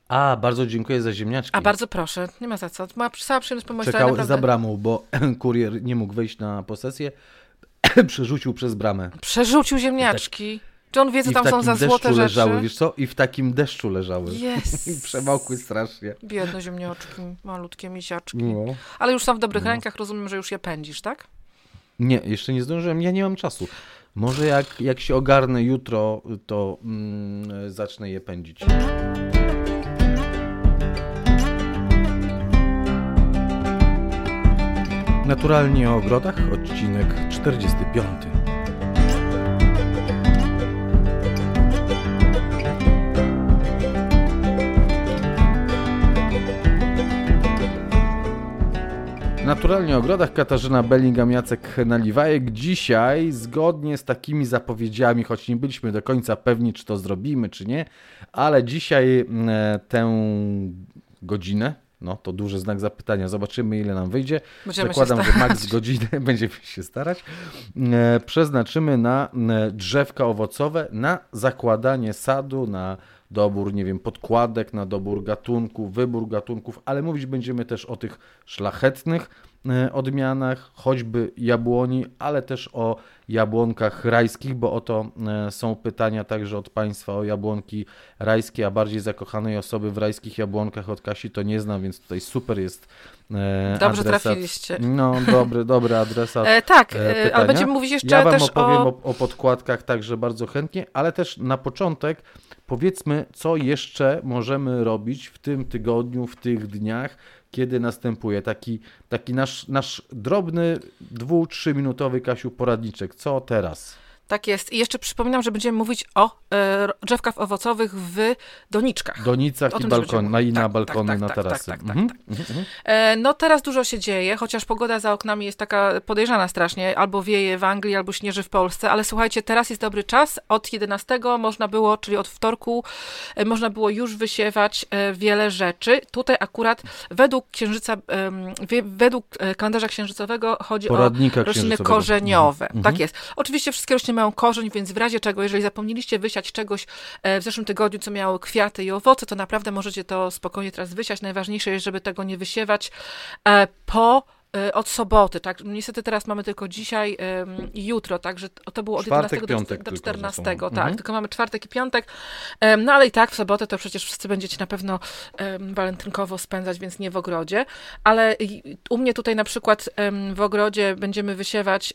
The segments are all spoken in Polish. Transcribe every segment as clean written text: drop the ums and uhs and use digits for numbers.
A, bardzo dziękuję za ziemniaczki. A bardzo proszę, nie ma za co. Ma cała przyjemność pomóc. Czekał naprawdę... za bramą, bo kurier nie mógł wejść na posesję. Przerzucił przez bramę. Przerzucił ziemniaczki. Czy on wie, co tam są za złote rzeczy? Leżały, wiesz co? I w takim deszczu leżały. Yes. Przemokły strasznie. Biedne ziemniaczki, malutkie misiaczki. No. Ale już są w dobrych rękach, rozumiem, że już je pędzisz, tak? Nie, jeszcze nie zdążyłem, ja nie mam czasu. Może jak się ogarnę jutro, to zacznę je pędzić. Naturalnie o ogrodach, odcinek 45. Naturalnie o ogrodach, Katarzyna Bellingham, Jacek Naliwajek. Dzisiaj, zgodnie z takimi zapowiedziami, choć nie byliśmy do końca pewni, czy to zrobimy, czy nie, ale dzisiaj tę godzinę, no to duży znak zapytania, zobaczymy, ile nam wyjdzie. Zakładam, że max godzinę, będziemy się starać. Przeznaczymy na drzewka owocowe, na zakładanie sadu, na dobór, nie wiem, podkładek, na dobór gatunków, wybór gatunków, ale mówić będziemy też o tych szlachetnych odmianach, choćby jabłoni, ale też o jabłonkach rajskich, bo oto są pytania także od Państwa o jabłonki rajskie, a bardziej zakochanej osoby w rajskich jabłonkach od Kasi to nie znam, więc tutaj super jest Dobrze adresat. Trafiliście. No, dobry adresat. Tak, ale będziemy mówić jeszcze ja wam też opowiem o podkładkach także bardzo chętnie, ale też na początek powiedzmy, co jeszcze możemy robić w tym tygodniu, w tych dniach, kiedy następuje taki nasz drobny 2-3 minutowy, Kasiu, poradniczek. Co teraz? Tak jest. I jeszcze przypominam, że będziemy mówić o drzewkach owocowych w doniczkach. Donicach i na balkony, na tarasy. No teraz dużo się dzieje, chociaż pogoda za oknami jest taka podejrzana strasznie. Albo wieje w Anglii, albo śnieży w Polsce. Ale słuchajcie, teraz jest dobry czas. Od 11 można było, czyli od wtorku, można było już wysiewać wiele rzeczy. Tutaj akurat według kalendarza księżycowego chodzi Poradnika o rośliny korzeniowe. Tak jest. Oczywiście wszystkie rośliny mają korzeń, więc w razie czego, jeżeli zapomnieliście wysiać czegoś w zeszłym tygodniu, co miało kwiaty i owoce, to naprawdę możecie to spokojnie teraz wysiać. Najważniejsze jest, żeby tego nie wysiewać od soboty, tak? Niestety teraz mamy tylko dzisiaj i jutro, także to było od 11 do 14, tak, tylko mamy czwartek i piątek, no ale i tak w sobotę to przecież wszyscy będziecie na pewno walentynkowo spędzać, więc nie w ogrodzie, ale u mnie tutaj na przykład w ogrodzie będziemy wysiewać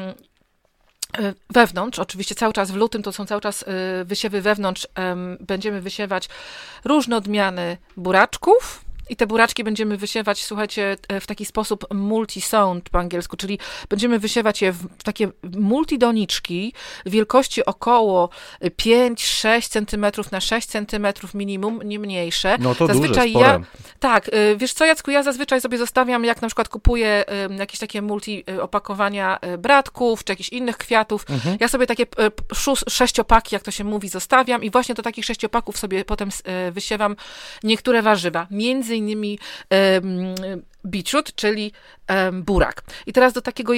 wewnątrz, oczywiście cały czas w lutym, to są cały czas wysiewy wewnątrz, będziemy wysiewać różne odmiany buraczków. I te buraczki będziemy wysiewać, słuchajcie, w taki sposób multi-sown po angielsku, czyli będziemy wysiewać je w takie multidoniczki wielkości około 5-6 cm na 6 cm minimum, nie mniejsze. No to zazwyczaj duże, spore. Tak, wiesz co, Jacku, ja zazwyczaj sobie zostawiam, jak na przykład kupuję jakieś takie multi-opakowania bratków, czy jakichś innych kwiatów, ja sobie takie 6-opaki, jak to się mówi, zostawiam i właśnie do takich 6-opaków sobie potem wysiewam niektóre warzywa. Między innymi beetroot, czyli burak. I teraz do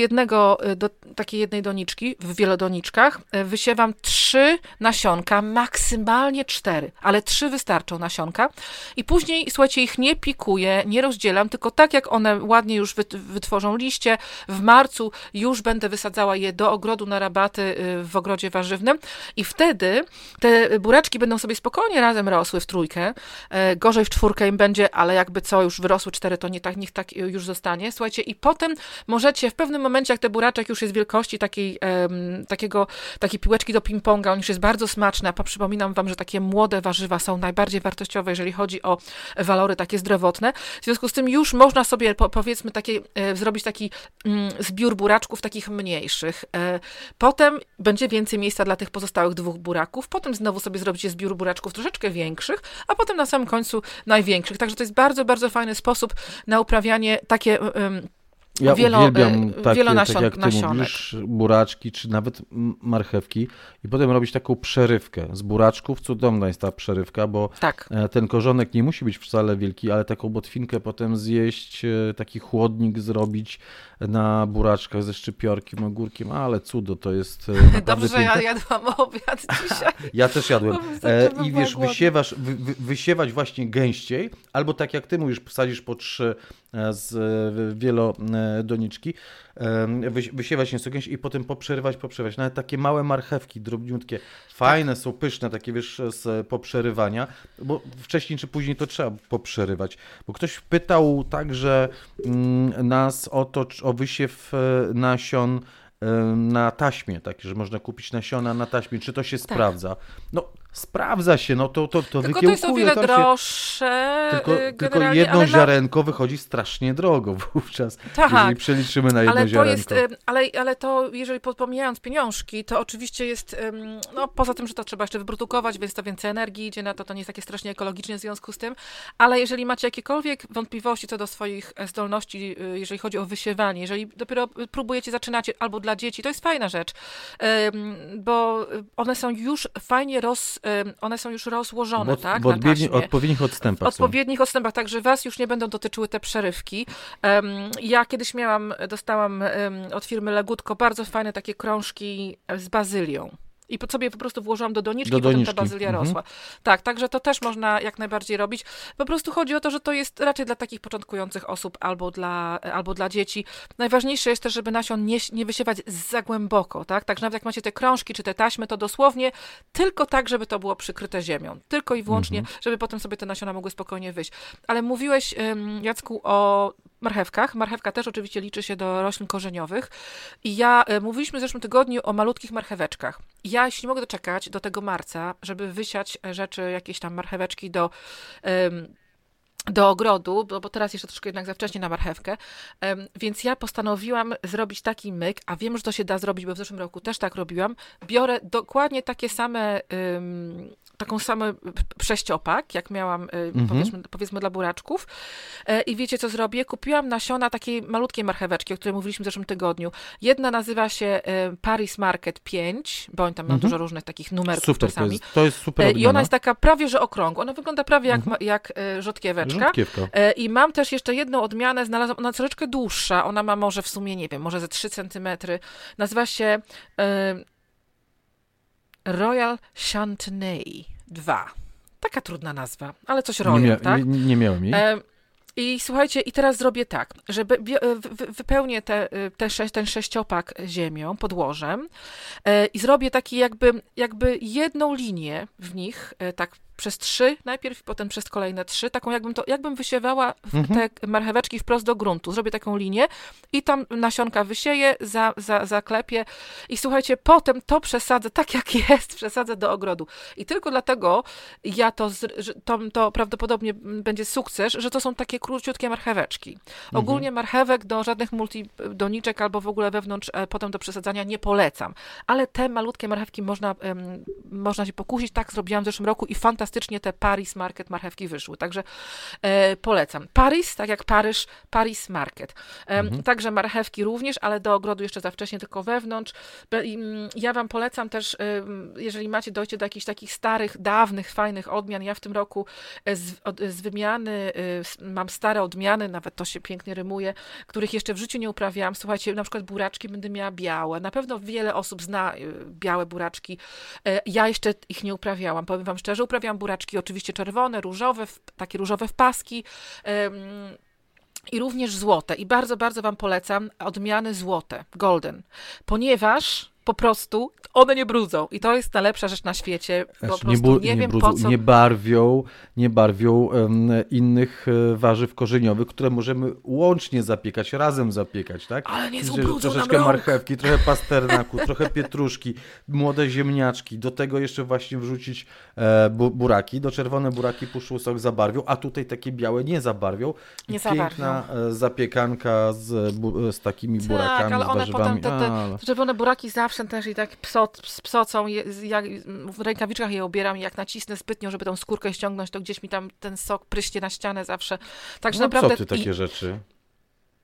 takiej jednej doniczki, w wielodoniczkach, wysiewam 3 nasionka, maksymalnie 4, ale 3 wystarczą nasionka. I później, słuchajcie, ich nie pikuję, nie rozdzielam, tylko tak jak one ładnie już wytworzą liście, w marcu już będę wysadzała je do ogrodu na rabaty w ogrodzie warzywnym i wtedy te buraczki będą sobie spokojnie razem rosły w trójkę. Gorzej w 4 im będzie, ale jakby co, już wyrosły 4, to niech tak już zostanie. Słuchajcie, i potem możecie w pewnym momencie, jak ten buraczek już jest wielkości takiej piłeczki do ping-ponga, on już jest bardzo smaczny, a przypominam wam, że takie młode warzywa są najbardziej wartościowe, jeżeli chodzi o walory takie zdrowotne. W związku z tym już można sobie, powiedzmy, zrobić taki zbiór buraczków takich mniejszych. Potem będzie więcej miejsca dla tych pozostałych 2 buraków, potem znowu sobie zrobicie zbiór buraczków troszeczkę większych, a potem na samym końcu największych. Także to jest bardzo, bardzo fajny sposób na uprawianie takie Ja uwielbiam takie, tak jak ty nasionek. mówisz, buraczki, czy nawet marchewki i potem robić taką przerywkę z buraczków. Cudowna jest ta przerywka, bo Tak. ten korzonek nie musi być wcale wielki, ale taką botwinkę potem zjeść, taki chłodnik zrobić na buraczkach ze szczypiorkiem, ogórkiem, ale cudo to jest naprawdę Dobrze, że piękne. ja jadłam obiad dzisiaj. Ja też jadłem. I wiesz, głodna. wysiewać właśnie gęściej, albo tak jak ty mówisz, wsadzisz po 3 z wielodoniczki, wysiewać nieco gęściej i potem poprzerywać. Nawet takie małe marchewki, drobniutkie, fajne, są pyszne, takie wiesz, z poprzerywania, bo wcześniej czy później to trzeba poprzerywać. Bo ktoś pytał także nas o wysiew nasion na taśmie, takie, że można kupić nasiona na taśmie. Czy to się sprawdza? No, sprawdza się, no to Tylko to jest o wiele droższe. Tylko jedno ziarenko wychodzi strasznie drogo wówczas, jeżeli przeliczymy na jedno ziarenko. Ale to, jeżeli pomijając pieniążki, to oczywiście jest, no poza tym, że to trzeba jeszcze wyprodukować, więc to więcej energii idzie na to nie jest takie strasznie ekologiczne w związku z tym, ale jeżeli macie jakiekolwiek wątpliwości co do swoich zdolności, jeżeli chodzi o wysiewanie, jeżeli dopiero próbujecie, zaczynacie albo dla dzieci, to jest fajna rzecz, bo one są już fajnie rozłożone, tak, Bo na taśmie. odpowiednich odstępach odpowiednich odstępach, także was już nie będą dotyczyły te przerywki. Ja kiedyś dostałam od firmy Legutko bardzo fajne takie krążki z bazylią. I sobie po prostu włożyłam do doniczki, potem ta bazylia rosła. Tak, także to też można jak najbardziej robić. Po prostu chodzi o to, że to jest raczej dla takich początkujących osób albo dla dzieci. Najważniejsze jest też, żeby nasion nie wysiewać za głęboko, tak? Także nawet jak macie te krążki czy te taśmy, to dosłownie tylko tak, żeby to było przykryte ziemią. Tylko i wyłącznie, żeby potem sobie te nasiona mogły spokojnie wyjść. Ale mówiłeś, Jacku, o marchewkach. Marchewka też oczywiście liczy się do roślin korzeniowych. I mówiliśmy w zeszłym tygodniu o malutkich marcheweczkach. Ja, jeśli mogę doczekać do tego marca, żeby wysiać jakieś tam marcheweczki do ogrodu, bo teraz jeszcze troszkę jednak za wcześnie na marchewkę, więc ja postanowiłam zrobić taki myk, a wiem, że to się da zrobić, bo w zeszłym roku też tak robiłam. Biorę dokładnie takie same, taką samą sześciopak, jak miałam, powiedzmy dla buraczków. I wiecie, co zrobię? Kupiłam nasiona takiej malutkiej marcheweczki, o której mówiliśmy w zeszłym tygodniu. Jedna nazywa się Paris Market 5, bo oni tam mają dużo różnych takich numerków czasami. To jest super odmiana. I ona jest taka prawie, że okrągła. Ona wygląda prawie jak rzodkieweczka. I mam też jeszcze jedną odmianę, znalazłam, ona troszeczkę dłuższa, ona ma może w sumie, nie wiem, może ze 3 cm. Nazywa się Royal Chantenay 2. Taka trudna nazwa, ale coś Royal, tak? Nie miałem jej. I słuchajcie, i teraz zrobię tak, że wypełnię ten sześciopak ziemią, podłożem i zrobię taki jakby jedną linię w nich, tak przez 3 najpierw, potem przez kolejne 3, taką jakbym wysiewała te marcheweczki wprost do gruntu. Zrobię taką linię i tam nasionka wysieję, zaklepię i słuchajcie, potem to przesadzę, tak jak jest, przesadzę do ogrodu. I tylko dlatego to prawdopodobnie będzie sukces, że to są takie króciutkie marcheweczki. Ogólnie marchewek do żadnych multidoniczek albo w ogóle wewnątrz potem do przesadzania nie polecam. Ale te malutkie marchewki można się pokusić. Tak zrobiłam w zeszłym roku i fantastycznie te Paris Market marchewki wyszły. Także polecam. Paris, tak jak Paryż, Paris Market. Także marchewki również, ale do ogrodu jeszcze za wcześnie, tylko wewnątrz. Ja wam polecam też, jeżeli dojście do jakichś takich starych, dawnych, fajnych odmian. Ja w tym roku z wymiany mam stare odmiany, nawet to się pięknie rymuje, których jeszcze w życiu nie uprawiałam. Słuchajcie, na przykład buraczki będę miała białe. Na pewno wiele osób zna białe buraczki. Ja jeszcze ich nie uprawiałam. Powiem wam szczerze, uprawiałam buraczki oczywiście czerwone, różowe, takie różowe wpaski i również złote. I bardzo, bardzo wam polecam odmiany złote, golden, ponieważ po prostu one nie brudzą. I to jest najlepsza rzecz na świecie. Po prostu nie wiem po co. Nie barwią innych warzyw korzeniowych, które możemy łącznie zapiekać, razem zapiekać, tak? Ale nie zubrudzą troszeczkę marchewki, trochę pasternaku, trochę pietruszki, młode ziemniaczki. Do tego jeszcze właśnie wrzucić buraki. Do czerwone buraki puszczą sok zabarwią, a tutaj takie białe nie zabarwią. I piękna zapiekanka z takimi burakami, ale z one warzywami. Potem te czerwone buraki zawsze też i tak psocą, w rękawiczkach je ubieram i jak nacisnę zbytnio, żeby tą skórkę ściągnąć, to gdzieś mi tam ten sok pryśnie na ścianę zawsze. Także naprawdę... takie rzeczy? No,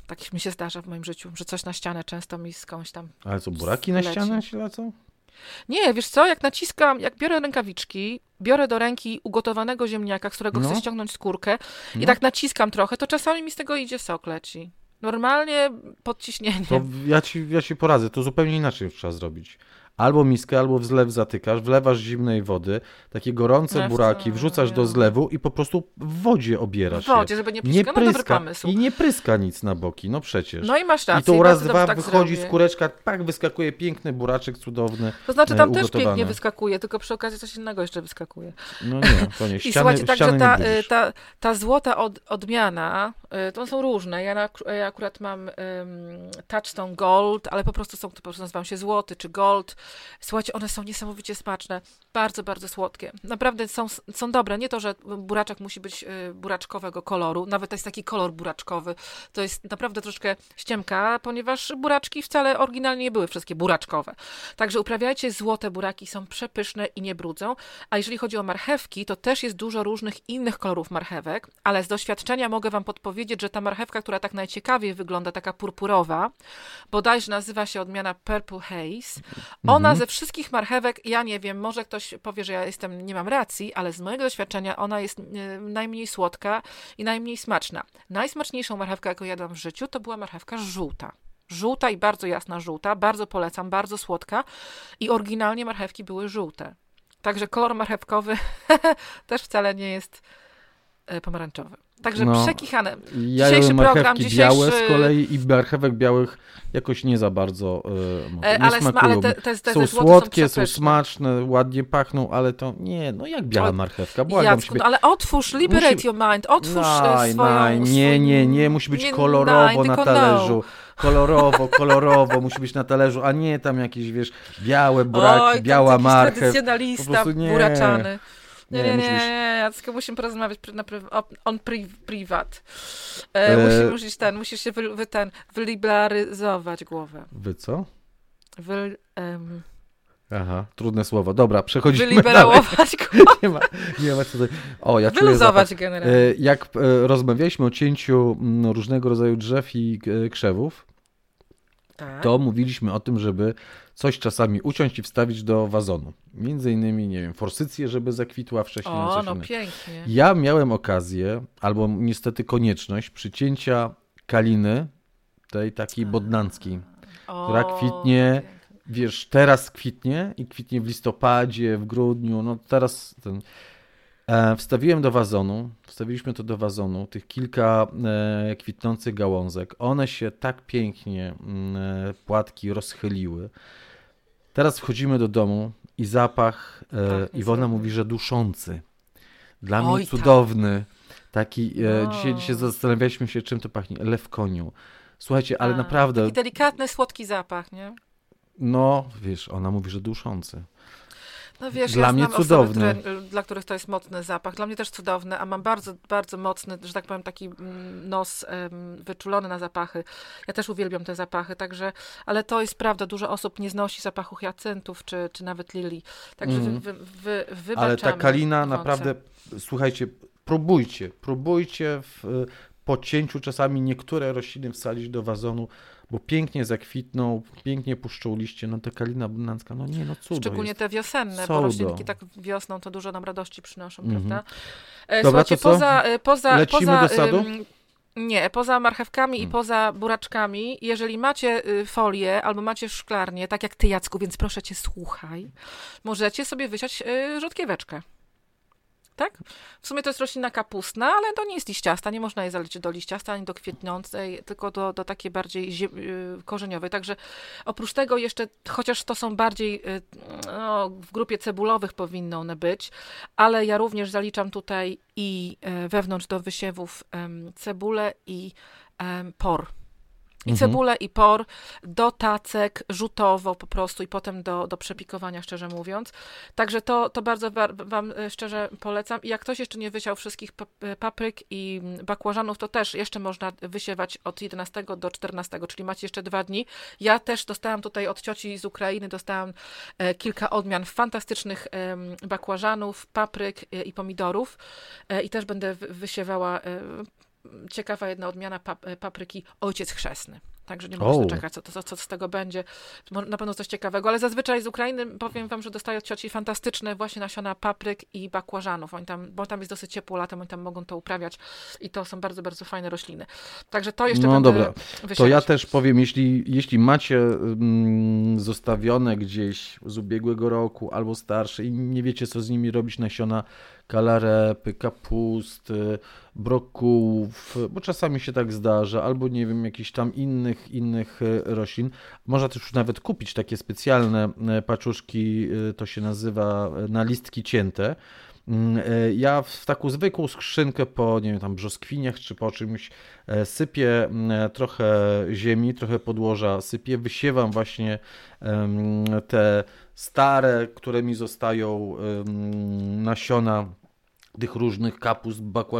Tak mi się zdarza w moim życiu, że coś na ścianę często mi skądś tam Ale co, buraki na leci. ścianę się lecą? Nie, wiesz co, jak biorę rękawiczki, biorę do ręki ugotowanego ziemniaka, z którego chcę ściągnąć skórkę i tak naciskam trochę, to czasami mi z tego idzie sok leci. Normalnie pod ciśnieniem. To ja ci poradzę, to zupełnie inaczej trzeba zrobić. Albo miskę, albo w zlew zatykasz, wlewasz zimnej wody, takie gorące buraki wrzucasz do zlewu i po prostu w wodzie obierasz w wodzie, żeby nie pryska. No dobry pomysł. I nie pryska nic na boki, no przecież. No i masz rację. I to raz, dwa tak wychodzi zrobię. skóreczka, tak wyskakuje piękny buraczek cudowny. To znaczy tam też ugotowany. pięknie wyskakuje, tylko przy okazji coś innego jeszcze wyskakuje. No nie, to nie. I słuchajcie, także ta ta złota odmiana, to są różne. Ja akurat mam Touchstone Gold, ale po prostu nazywają się złoty czy gold. Słuchajcie, one są niesamowicie smaczne, bardzo, bardzo słodkie. Naprawdę są dobre. Nie to, że buraczek musi być buraczkowego koloru, nawet to jest taki kolor buraczkowy. To jest naprawdę troszkę ściemka, ponieważ buraczki wcale oryginalnie nie były wszystkie buraczkowe. Także uprawiajcie złote buraki, są przepyszne i nie brudzą. A jeżeli chodzi o marchewki, to też jest dużo różnych innych kolorów marchewek, ale z doświadczenia mogę wam podpowiedzieć, że ta marchewka, która tak najciekawiej wygląda, taka purpurowa, bodajże nazywa się odmiana Purple Haze, ona ze wszystkich marchewek, ja nie wiem, może ktoś powie, że nie mam racji, ale z mojego doświadczenia ona jest najmniej słodka i najmniej smaczna. Najsmaczniejszą marchewkę, jaką jadłam w życiu, to była marchewka żółta. Żółta i bardzo jasna żółta, bardzo polecam, bardzo słodka i oryginalnie marchewki były żółte. Także kolor marchewkowy też wcale nie jest pomarańczowy. Także przekichane. Ja Dzisiejszy program, białe z kolei i marchewek białych jakoś nie za bardzo nie smakują. Ale te są słodkie, są smaczne, ładnie pachną, ale to nie, no jak biała marchewka, błagam Ciebie. Ale otwórz, liberate your mind, otwórz swoją... Nie, musi być kolorowo na talerzu. Kolorowo musi być na talerzu, a nie tam jakieś, wiesz, białe buraki, biała marchew. Tradycjonalista, buraczany. Nie, tylko musimy porozmawiać on privat. Musisz się wyliberaryzować głowę. Wy co? Aha, trudne słowo. Dobra, przechodzimy wyliberałować głowę. nie ma co tutaj. O, ja wyluzować generalnie. Jak rozmawialiśmy o cięciu różnego rodzaju drzew i krzewów, to mówiliśmy o tym, żeby coś czasami uciąć i wstawić do wazonu. Między innymi, nie wiem, forsycję, żeby zakwitła wcześniej. Pięknie. Ja miałem okazję, albo niestety konieczność przycięcia kaliny, tej takiej bodnanckiej, która kwitnie, wiesz, teraz kwitnie i kwitnie w listopadzie, w grudniu, no teraz wstawiliśmy to do wazonu, tych kilka kwitnących gałązek. One się tak pięknie, płatki rozchyliły. Teraz wchodzimy do domu i zapach, Iwona mówi, że duszący. Dla mnie cudowny. Taki, dzisiaj zastanawialiśmy się, czym to pachnie. Lewkoniu. Słuchajcie, ale naprawdę... Taki delikatny, słodki zapach, nie? No, wiesz, ona mówi, że duszący. No wiesz, dla mnie cudowny. Dla których to jest mocny zapach. Dla mnie też cudowny, a mam bardzo, bardzo mocny, że tak powiem, taki nos wyczulony na zapachy. Ja też uwielbiam te zapachy, także, ale to jest prawda, dużo osób nie znosi zapachu hiacyntów, czy nawet lilii. Także wybaczamy. Ale ta kalina naprawdę, słuchajcie, próbujcie po cięciu czasami niektóre rośliny wsadzić do wazonu, bo pięknie zakwitną, pięknie puszczą liście, no to kalina bodnacka, cudo. Szczególnie jest. te wiosenne, bo roślinki tak wiosną to dużo nam radości przynoszą, prawda? Dobra, słuchajcie, to co? Lecimy do sadu? Nie, poza marchewkami i poza buraczkami, jeżeli macie folię albo macie szklarnię, tak jak ty, Jacku, więc proszę cię, słuchaj, możecie sobie wysiać rzodkieweczkę. Tak? W sumie to jest roślina kapustna, ale to nie jest liściasta, nie można jej zalecić do liściasta ani do kwietnącej, tylko do takiej bardziej korzeniowej. Także oprócz tego jeszcze, chociaż to są bardziej w grupie cebulowych powinny one być, ale ja również zaliczam tutaj i wewnątrz do wysiewów cebulę i por. I cebulę, i por, do tacek, rzutowo po prostu i potem do przepikowania, szczerze mówiąc. Także to bardzo wam szczerze polecam. I jak ktoś jeszcze nie wysiał wszystkich papryk i bakłażanów, to też jeszcze można wysiewać od 11 do 14, czyli macie jeszcze 2 dni. Ja też dostałam tutaj od cioci z Ukrainy, dostałam kilka odmian fantastycznych bakłażanów, papryk i pomidorów i też będę wysiewała ciekawa jedna odmiana papryki, ojciec chrzestny. Także nie mogę się doczekać, co z tego będzie. Na pewno coś ciekawego, ale zazwyczaj z Ukrainy powiem wam, że dostaję od cioci fantastyczne właśnie nasiona papryk i bakłażanów. Bo tam jest dosyć ciepło latem, oni tam mogą to uprawiać i to są bardzo, bardzo fajne rośliny. Także to jeszcze będę wysiewać. To ja też powiem, jeśli macie zostawione gdzieś z ubiegłego roku albo starsze i nie wiecie, co z nimi robić, nasiona kalarepy, kapusty, brokułów, bo czasami się tak zdarza, albo nie wiem, jakichś tam innych roślin. Można też już nawet kupić takie specjalne paczuszki, to się nazywa na listki cięte. Ja w taką zwykłą skrzynkę po, nie wiem, tam brzoskwiniach czy po czymś sypię trochę ziemi, trochę podłoża sypię, wysiewam właśnie te stare, które mi zostają nasiona tych różnych kapust,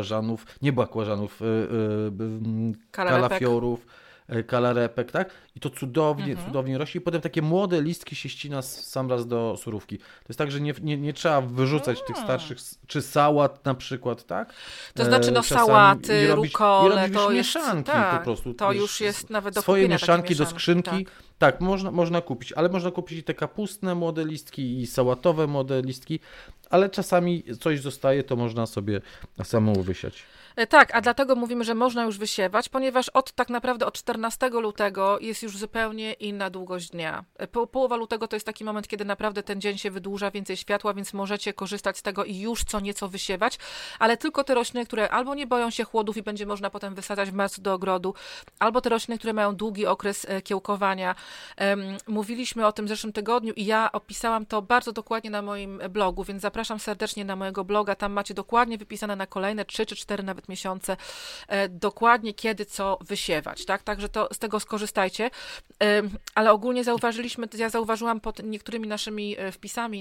kalafiorów, kalarepek, tak? I to cudownie rośnie. I potem takie młode listki się ścina sam raz do surówki. To jest tak, że nie trzeba wyrzucać tych starszych, czy sałat na przykład, tak? To znaczy sałaty, rukole, to mieszanki po prostu. To już jest nawet do swoje mieszanki do skrzynki. Tak. Tak, można kupić, ale można kupić i te kapustne młode listki i sałatowe młode listki, ale czasami coś zostaje, to można sobie samemu wysiać. Tak, a dlatego mówimy, że można już wysiewać, ponieważ tak naprawdę od 14 lutego jest już zupełnie inna długość dnia. Połowa lutego to jest taki moment, kiedy naprawdę ten dzień się wydłuża, więcej światła, więc możecie korzystać z tego i już co nieco wysiewać, ale tylko te rośliny, które albo nie boją się chłodów i będzie można potem wysadzać w marcu do ogrodu, albo te rośliny, które mają długi okres kiełkowania. Mówiliśmy o tym w zeszłym tygodniu i ja opisałam to bardzo dokładnie na moim blogu, więc zapraszam serdecznie na mojego bloga, tam macie dokładnie wypisane na kolejne 3 czy 4 nawet miesiące, dokładnie kiedy co wysiewać, tak? Także z tego skorzystajcie, ale ogólnie ja zauważyłam pod niektórymi naszymi wpisami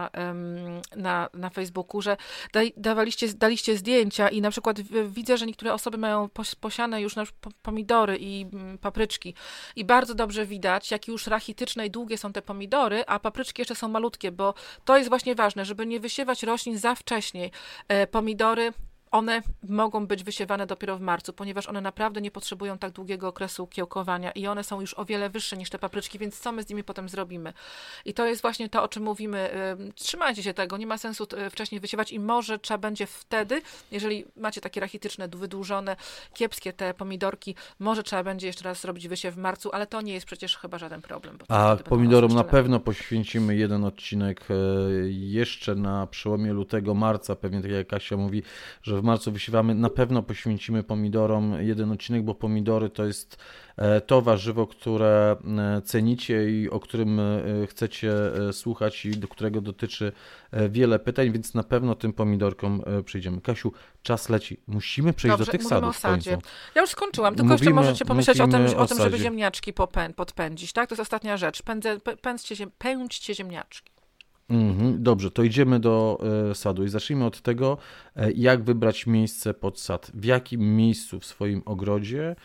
na Facebooku, że daliście zdjęcia i na przykład widzę, że niektóre osoby mają posiane już pomidory i papryczki i bardzo dobrze widać, jakie już rachityczne i długie są te pomidory, a papryczki jeszcze są malutkie, bo to jest właśnie ważne, żeby nie wysiewać roślin za wcześnie. Pomidory, one mogą być wysiewane dopiero w marcu, ponieważ one naprawdę nie potrzebują tak długiego okresu kiełkowania i one są już o wiele wyższe niż te papryczki, więc co my z nimi potem zrobimy? I to jest właśnie to, o czym mówimy. Trzymajcie się tego, nie ma sensu wcześniej wysiewać i może trzeba będzie wtedy, jeżeli macie takie rachityczne, wydłużone, kiepskie te pomidorki, może trzeba będzie jeszcze raz zrobić wysiew w marcu, ale to nie jest przecież chyba żaden problem. A pomidorom na pewno poświęcimy jeden odcinek jeszcze na przełomie lutego, marca, pewnie tak jak Kasia mówi, że w marcu wysiewamy, na pewno poświęcimy pomidorom jeden odcinek, bo pomidory to jest to warzywo, które cenicie i o którym chcecie słuchać i do którego dotyczy wiele pytań, więc na pewno tym pomidorkom przyjdziemy. Kasiu, czas leci. Musimy przejść do tych sadów w końcu. Ja już skończyłam, tylko jeszcze możecie pomyśleć o tym, żeby ziemniaczki podpędzić, tak? To jest ostatnia rzecz. Pędźcie ziemniaczki. Dobrze, to idziemy do sadu i zacznijmy od tego, jak wybrać miejsce pod sad. W jakim miejscu w swoim ogrodzie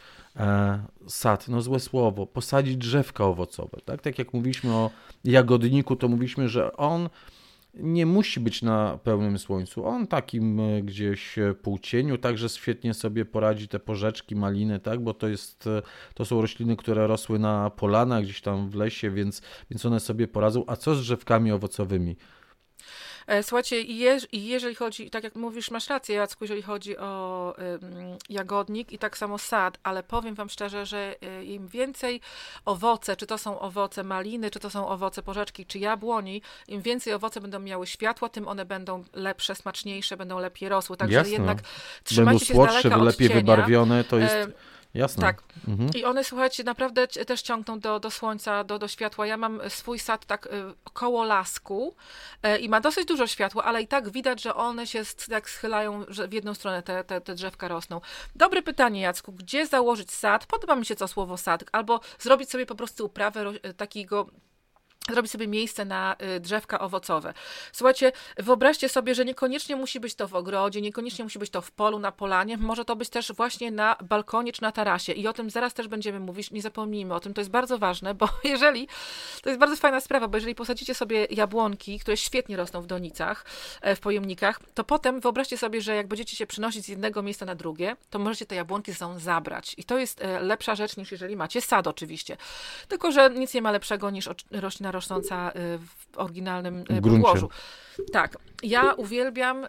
sad, no złe słowo, posadzić drzewka owocowe. Tak jak mówiliśmy o jagodniku, to mówiliśmy, że on nie musi być na pełnym słońcu. On takim gdzieś półcieniu, także świetnie sobie poradzi te porzeczki, maliny, tak, bo to są rośliny, które rosły na polanach, gdzieś tam w lesie, więc one sobie poradzą. A co z drzewkami owocowymi? Słuchajcie, i jeżeli chodzi, tak jak mówisz, masz rację, Jacku, jeżeli chodzi o jagodnik i tak samo sad, ale powiem wam szczerze, że im więcej owoce, czy to są owoce maliny, czy to są owoce porzeczki, czy jabłoni, im więcej owoce będą miały światła, tym one będą lepsze, smaczniejsze, będą lepiej rosły. Także jasne. jednak trzymajcie się z daleka od cienia. Lepiej wybarwione, to jest... Jasne. Tak. I one, słuchajcie, naprawdę też ciągną do słońca, do światła. Ja mam swój sad tak koło lasku i ma dosyć dużo światła, ale i tak widać, że one się tak schylają, że w jedną stronę te drzewka rosną. Dobre pytanie, Jacku. Gdzie założyć sad? Podoba mi się to słowo sad. Albo zrobić sobie po prostu uprawę takiego zrobić sobie miejsce na drzewka owocowe. Słuchajcie, wyobraźcie sobie, że niekoniecznie musi być to w ogrodzie, niekoniecznie musi być to w polu, na polanie, może to być też właśnie na balkonie czy na tarasie i o tym zaraz też będziemy mówić, nie zapomnijmy o tym, to jest bardzo ważne, bo to jest bardzo fajna sprawa, bo jeżeli posadzicie sobie jabłonki, które świetnie rosną w donicach, w pojemnikach, to potem wyobraźcie sobie, że jak będziecie się przynosić z jednego miejsca na drugie, to możecie te jabłonki ze sobą zabrać i to jest lepsza rzecz niż jeżeli macie sad oczywiście. Tylko, że nic nie ma lepszego niż roślina rosnąca w oryginalnym podłożu. Tak, ja uwielbiam,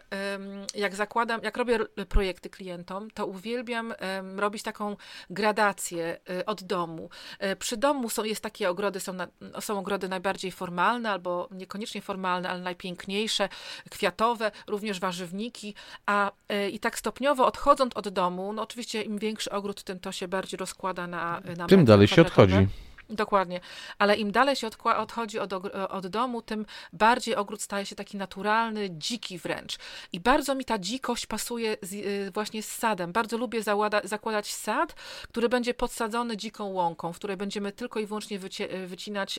jak robię projekty klientom, to uwielbiam robić taką gradację od domu. Przy domu jest takie ogrody, są ogrody najbardziej formalne, albo niekoniecznie formalne, ale najpiękniejsze, kwiatowe, również warzywniki, i tak stopniowo odchodząc od domu, no oczywiście im większy ogród, tym to się bardziej rozkłada na tym dalej się odchodzi. Dokładnie, ale im dalej się odchodzi od domu, tym bardziej ogród staje się taki naturalny, dziki wręcz. I bardzo mi ta dzikość pasuje właśnie z sadem. Bardzo lubię zakładać sad, który będzie podsadzony dziką łąką, w której będziemy tylko i wyłącznie wycinać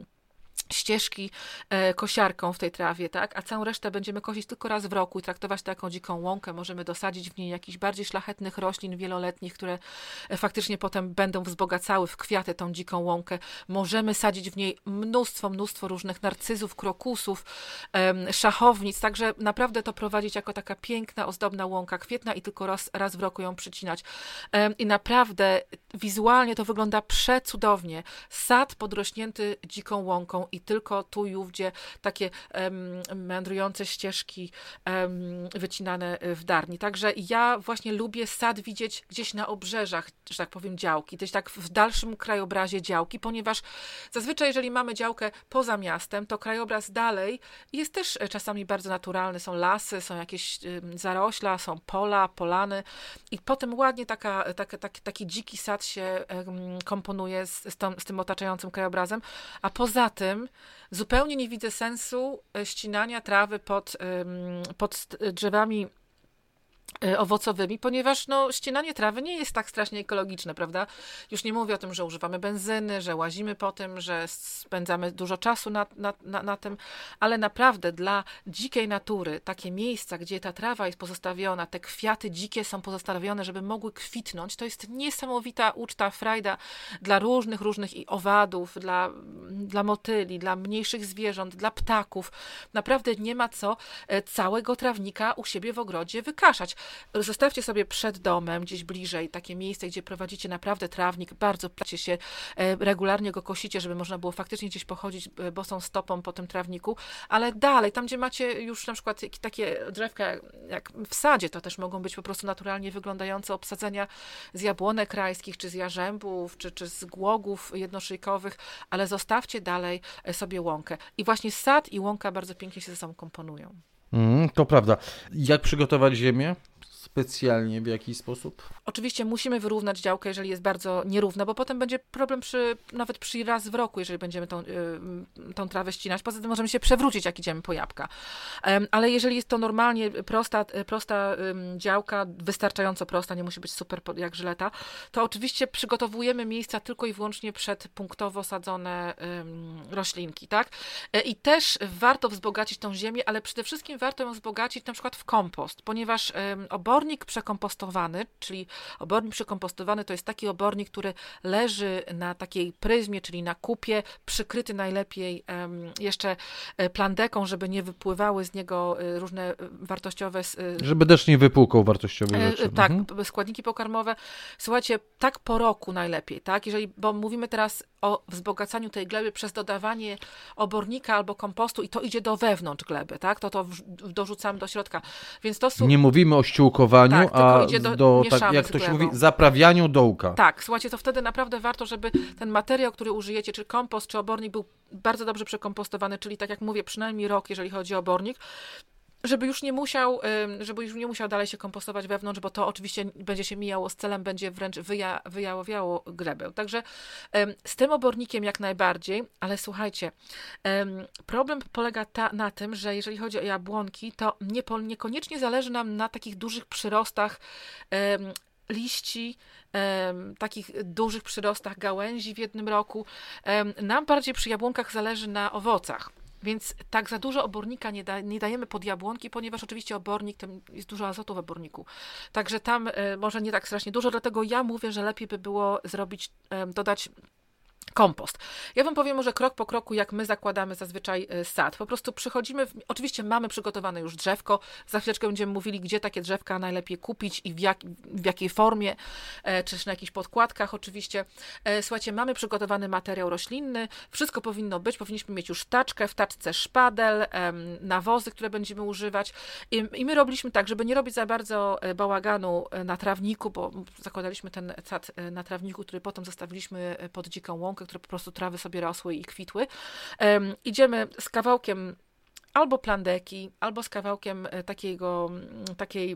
ścieżki kosiarką w tej trawie, tak? A całą resztę będziemy kosić tylko raz w roku i traktować to jako dziką łąkę. Możemy dosadzić w niej jakichś bardziej szlachetnych roślin wieloletnich, które faktycznie potem będą wzbogacały w kwiaty tą dziką łąkę. Możemy sadzić w niej mnóstwo różnych narcyzów, krokusów, szachownic, także naprawdę to prowadzić jako taka piękna, ozdobna łąka kwietna i tylko raz w roku ją przycinać. I naprawdę wizualnie to wygląda przecudownie. Sad podrośnięty dziką łąką i tylko tu i ówdzie takie meandrujące ścieżki wycinane w darni. Także ja właśnie lubię sad widzieć gdzieś na obrzeżach, że tak powiem, działki, gdzieś tak w dalszym krajobrazie działki, ponieważ zazwyczaj, jeżeli mamy działkę poza miastem, to krajobraz dalej jest też czasami bardzo naturalny. Są lasy, są jakieś zarośla, są pola, polany i potem ładnie taki dziki sad się komponuje z tym otaczającym krajobrazem, a poza tym zupełnie nie widzę sensu ścinania trawy pod drzewami owocowymi, ponieważ ścinanie trawy nie jest tak strasznie ekologiczne, prawda? Już nie mówię o tym, że używamy benzyny, że łazimy po tym, że spędzamy dużo czasu na tym, ale naprawdę dla dzikiej natury takie miejsca, gdzie ta trawa jest pozostawiona, te kwiaty dzikie są pozostawione, żeby mogły kwitnąć, to jest niesamowita uczta, frajda dla różnych i owadów, dla motyli, dla mniejszych zwierząt, dla ptaków. Naprawdę nie ma co całego trawnika u siebie w ogrodzie wykaszać. Zostawcie sobie przed domem, gdzieś bliżej, takie miejsce, gdzie prowadzicie naprawdę trawnik, bardzo picie się, regularnie go kosicie, żeby można było faktycznie gdzieś pochodzić bosą stopą po tym trawniku, ale dalej, tam gdzie macie już na przykład takie drzewka jak w sadzie, to też mogą być po prostu naturalnie wyglądające obsadzenia z jabłonek rajskich, czy z jarzębów, czy z głogów jednoszyjkowych, ale zostawcie dalej sobie łąkę. I właśnie sad i łąka bardzo pięknie się ze sobą komponują. To prawda. Jak przygotować ziemię? Specjalnie w jakiś sposób? Oczywiście musimy wyrównać działkę, jeżeli jest bardzo nierówna, bo potem będzie problem nawet przy raz w roku, jeżeli będziemy tą trawę ścinać. Poza tym możemy się przewrócić, jak idziemy po jabłka. Ale jeżeli jest to normalnie prosta działka, wystarczająco prosta, nie musi być super jak żyleta, to oczywiście przygotowujemy miejsca tylko i wyłącznie przed punktowo sadzone roślinki, tak? I też warto wzbogacić tą ziemię, ale przede wszystkim warto ją wzbogacić na przykład w kompost, ponieważ obornik przekompostowany, czyli obornik przekompostowany to jest taki obornik, który leży na takiej pryzmie, czyli na kupie, przykryty najlepiej jeszcze plandeką, żeby nie wypływały z niego różne wartościowe... Żeby deszcz nie wypłukał wartościowych rzeczy. Tak, składniki pokarmowe. Słuchajcie, tak po roku najlepiej, tak? Bo mówimy teraz o wzbogacaniu tej gleby przez dodawanie obornika albo kompostu i to idzie do wewnątrz gleby, tak? To dorzucamy do środka. Więc to są... Nie mówimy o ściółkowaniu, tak, a tak, jak to się mówi, zaprawianiu dołka. Tak, słuchajcie, to wtedy naprawdę warto, żeby ten materiał, który użyjecie, czy kompost, czy obornik był bardzo dobrze przekompostowany, czyli tak jak mówię, przynajmniej rok, jeżeli chodzi o obornik, żeby już nie musiał dalej się kompostować wewnątrz, bo to oczywiście będzie się mijało z celem, będzie wręcz wyjałowiało glebę. Także z tym obornikiem jak najbardziej, ale słuchajcie, problem polega na tym, że jeżeli chodzi o jabłonki, to niekoniecznie zależy nam na takich dużych przyrostach liści, takich dużych przyrostach gałęzi w jednym roku. Nam bardziej przy jabłonkach zależy na owocach. Więc tak za dużo obornika nie dajemy pod jabłonki, ponieważ oczywiście obornik, tam jest dużo azotu w oborniku. Także tam może nie tak strasznie dużo, dlatego ja mówię, że lepiej by było dodać kompost. Ja wam powiem może krok po kroku, jak my zakładamy zazwyczaj sad. Po prostu przychodzimy, oczywiście mamy przygotowane już drzewko, za chwileczkę będziemy mówili, gdzie takie drzewka najlepiej kupić i w jakiej formie, czy też na jakichś podkładkach oczywiście. Słuchajcie, mamy przygotowany materiał roślinny, wszystko powinno być, powinniśmy mieć już taczkę, w taczce szpadel, nawozy, które będziemy używać i my robiliśmy tak, żeby nie robić za bardzo bałaganu na trawniku, bo zakładaliśmy ten sad na trawniku, który potem zostawiliśmy pod dziką łąkę, które po prostu trawy sobie rosły i kwitły. Idziemy z kawałkiem albo plandeki, albo z kawałkiem takiej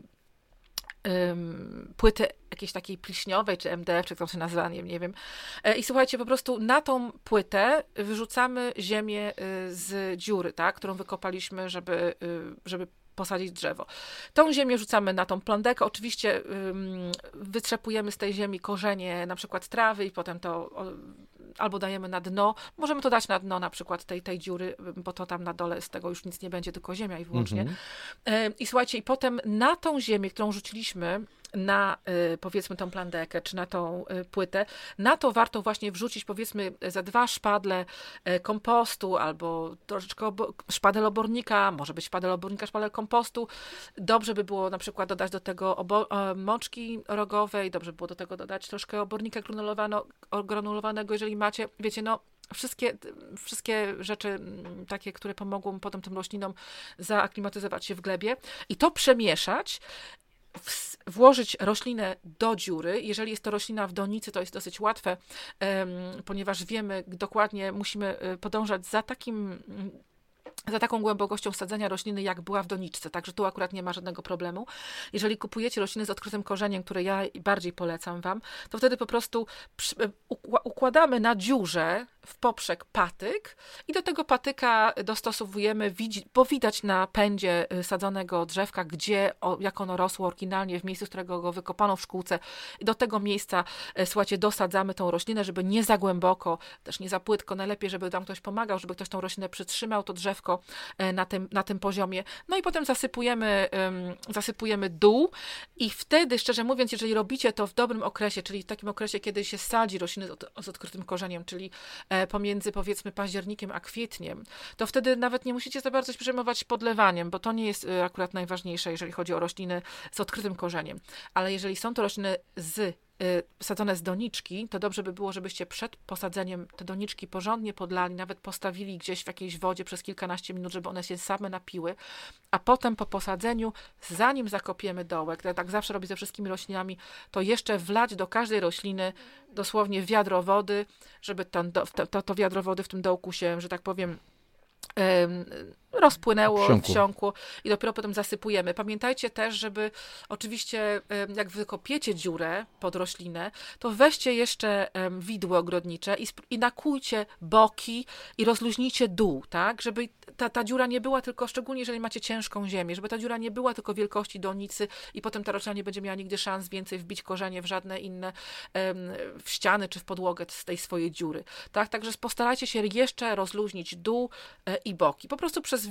płyty jakiejś takiej pliśniowej, czy MDF, czy jak to się nazywa, nie wiem. I słuchajcie, po prostu na tą płytę wyrzucamy ziemię z dziury, tak, którą wykopaliśmy, żeby posadzić drzewo. Tą ziemię rzucamy na tą plandekę. Oczywiście wytrzepujemy z tej ziemi korzenie, na przykład trawy i potem to albo dajemy na dno. Możemy to dać na dno na przykład tej dziury, bo to tam na dole z tego już nic nie będzie, tylko ziemia i wyłącznie. I słuchajcie, i potem na tą ziemię, którą rzuciliśmy na powiedzmy tą plandekę, czy na tą płytę, na to warto właśnie wrzucić powiedzmy za 2 szpadle kompostu, albo troszeczkę szpadel obornika, może być szpadel obornika, szpadel kompostu. Dobrze by było na przykład dodać do tego mączki rogowej, dobrze by było do tego dodać troszkę obornika granulowanego, jeżeli macie, wiecie, no wszystkie rzeczy takie, które pomogą potem tym roślinom zaaklimatyzować się w glebie i to przemieszać, włożyć roślinę do dziury. Jeżeli jest to roślina w donicy, to jest dosyć łatwe, ponieważ wiemy dokładnie, musimy podążać za taką głębokością sadzenia rośliny, jak była w doniczce. Także tu akurat nie ma żadnego problemu. Jeżeli kupujecie rośliny z odkrytym korzeniem, które ja bardziej polecam wam, to wtedy po prostu układamy na dziurze w poprzek patyk i do tego patyka dostosowujemy, bo widać na pędzie sadzonego drzewka, jak ono rosło oryginalnie w miejscu, z którego go wykopano w szkółce. I do tego miejsca, słuchajcie, dosadzamy tą roślinę, żeby nie za głęboko, też nie za płytko. Najlepiej, żeby tam ktoś pomagał, żeby ktoś tą roślinę przytrzymał, to drzewko na tym poziomie. No i potem zasypujemy dół i wtedy, szczerze mówiąc, jeżeli robicie to w dobrym okresie, czyli w takim okresie, kiedy się sadzi rośliny z odkrytym korzeniem, czyli pomiędzy powiedzmy październikiem a kwietniem, to wtedy nawet nie musicie za bardzo się przejmować podlewaniem, bo to nie jest akurat najważniejsze, jeżeli chodzi o rośliny z odkrytym korzeniem. Ale jeżeli są to rośliny sadzone z doniczki, to dobrze by było, żebyście przed posadzeniem te doniczki porządnie podlali, nawet postawili gdzieś w jakiejś wodzie przez kilkanaście minut, żeby one się same napiły, a potem po posadzeniu, zanim zakopiemy dołek, tak zawsze robię ze wszystkimi roślinami, to jeszcze wlać do każdej rośliny dosłownie wiadro wody, żeby to wiadro wody w tym dołku się, że tak powiem, rozpłynęło, wsiąkło i dopiero potem zasypujemy. Pamiętajcie też, żeby oczywiście jak wykopiecie dziurę pod roślinę, to weźcie jeszcze widły ogrodnicze i nakujcie boki i rozluźnijcie dół, tak? Żeby ta dziura nie była tylko, szczególnie jeżeli macie ciężką ziemię, żeby ta dziura nie była tylko wielkości donicy i potem ta roślina nie będzie miała nigdy szans więcej wbić korzenie w żadne inne w ściany czy w podłogę z tej swojej dziury, tak? Także postarajcie się jeszcze rozluźnić dół i boki. Po prostu przez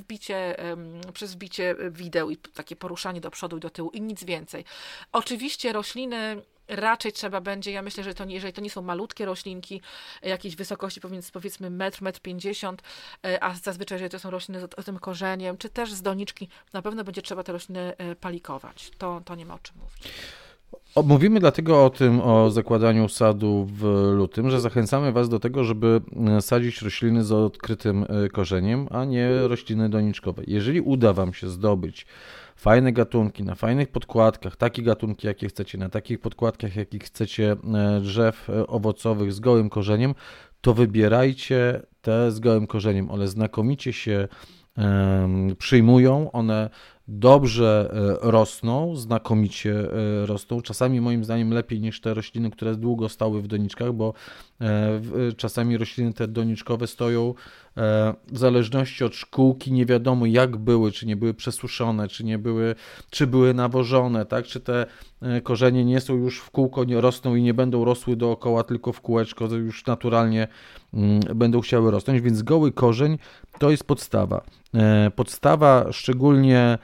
wbicie wideł i takie poruszanie do przodu i do tyłu i nic więcej. Oczywiście rośliny raczej trzeba będzie, ja myślę, że jeżeli to nie są malutkie roślinki, jakiejś wysokości powiedzmy 1,50 m, a zazwyczaj, jeżeli to są rośliny z tym korzeniem, czy też z doniczki, na pewno będzie trzeba te rośliny palikować. To nie ma o czym mówić. Mówimy dlatego o zakładaniu sadu w lutym, że zachęcamy Was do tego, żeby sadzić rośliny z odkrytym korzeniem, a nie rośliny doniczkowe. Jeżeli uda Wam się zdobyć fajne gatunki na fajnych podkładkach, takie gatunki, jakie chcecie, na takich podkładkach, jakich chcecie, drzew owocowych z gołym korzeniem, to wybierajcie te z gołym korzeniem. One znakomicie się przyjmują, one dobrze rosną, znakomicie rosną. Czasami moim zdaniem lepiej niż te rośliny, które długo stały w doniczkach, bo czasami rośliny te doniczkowe stoją w zależności od szkółki, nie wiadomo jak były, czy nie były przesuszone, czy były nawożone, tak? Czy te korzenie nie są już w kółko, nie rosną i nie będą rosły dookoła, tylko w kółeczko, to już naturalnie będą chciały rosnąć, więc goły korzeń to jest podstawa. Podstawa szczególnie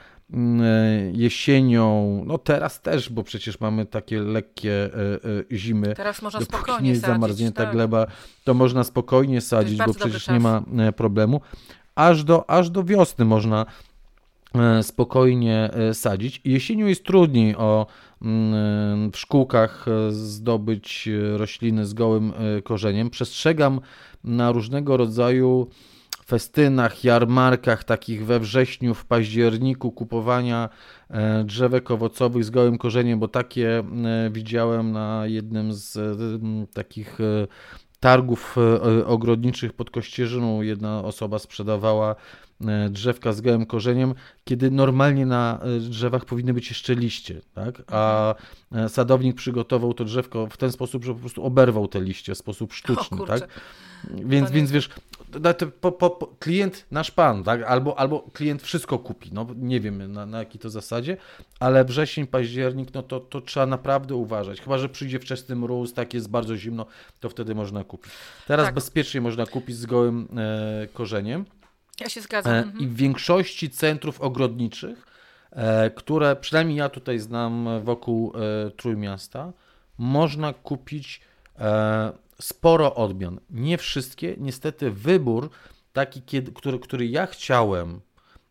jesienią, no teraz też, bo przecież mamy takie lekkie zimy. Teraz można dopóki spokojnie nie jest sadzić, zamarznięta tak. gleba, to można spokojnie sadzić, bo przecież nie ma problemu. Aż do wiosny można spokojnie sadzić. Jesienią jest trudniej w szkółkach zdobyć rośliny z gołym korzeniem. Przestrzegam na różnego rodzaju festynach, jarmarkach, takich we wrześniu, w październiku, kupowania drzewek owocowych z gołym korzeniem, bo takie widziałem na jednym z takich targów ogrodniczych pod Kościerzyną. Jedna osoba sprzedawała drzewka z gołym korzeniem, kiedy normalnie na drzewach powinny być jeszcze liście, tak? A sadownik przygotował to drzewko w ten sposób, że po prostu oberwał te liście w sposób sztuczny, tak? Więc wiesz, klient nasz pan, tak? Albo klient wszystko kupi, no nie wiem na jakiej to zasadzie, ale wrzesień, październik, no to trzeba naprawdę uważać. Chyba że przyjdzie wczesny mróz, tak jest bardzo zimno, to wtedy można kupić. Teraz bezpiecznie można kupić z gołym korzeniem. Ja się zgadzam. I w większości centrów ogrodniczych, które przynajmniej ja tutaj znam wokół Trójmiasta, można kupić sporo odmian. Nie wszystkie. Niestety wybór taki, który ja chciałem,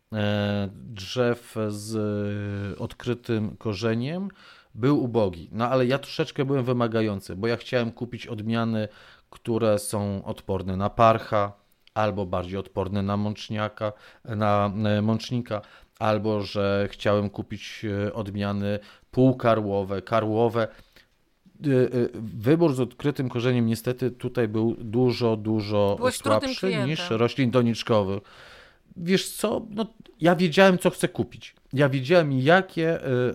drzew z odkrytym korzeniem, był ubogi. No ale ja troszeczkę byłem wymagający, bo ja chciałem kupić odmiany, które są odporne na parcha, albo bardziej odporne na mącznika, albo że chciałem kupić odmiany półkarłowe, karłowe. Wybór z odkrytym korzeniem niestety tutaj był dużo słabszy niż roślin doniczkowych. Wiesz co, no, ja wiedziałem, co chcę kupić. Ja wiedziałem, jakie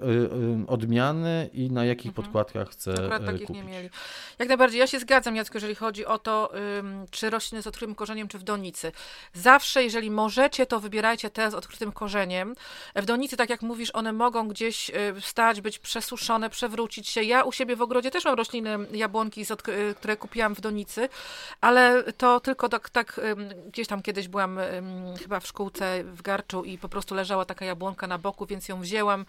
odmiany i na jakich podkładkach chcę takich kupić. Nie mieli. Jak najbardziej. Ja się zgadzam, Jacku, jeżeli chodzi o to, czy rośliny z odkrytym korzeniem, czy w donicy. Zawsze, jeżeli możecie, to wybierajcie te z odkrytym korzeniem. W donicy, tak jak mówisz, one mogą gdzieś stać, być przesuszone, przewrócić się. Ja u siebie w ogrodzie też mam rośliny, jabłonki, które kupiłam w donicy, ale to tylko tak gdzieś tam kiedyś byłam chyba w szkółce w Garczu i po prostu leżała taka jabłonka na boku, więc ją wzięłam,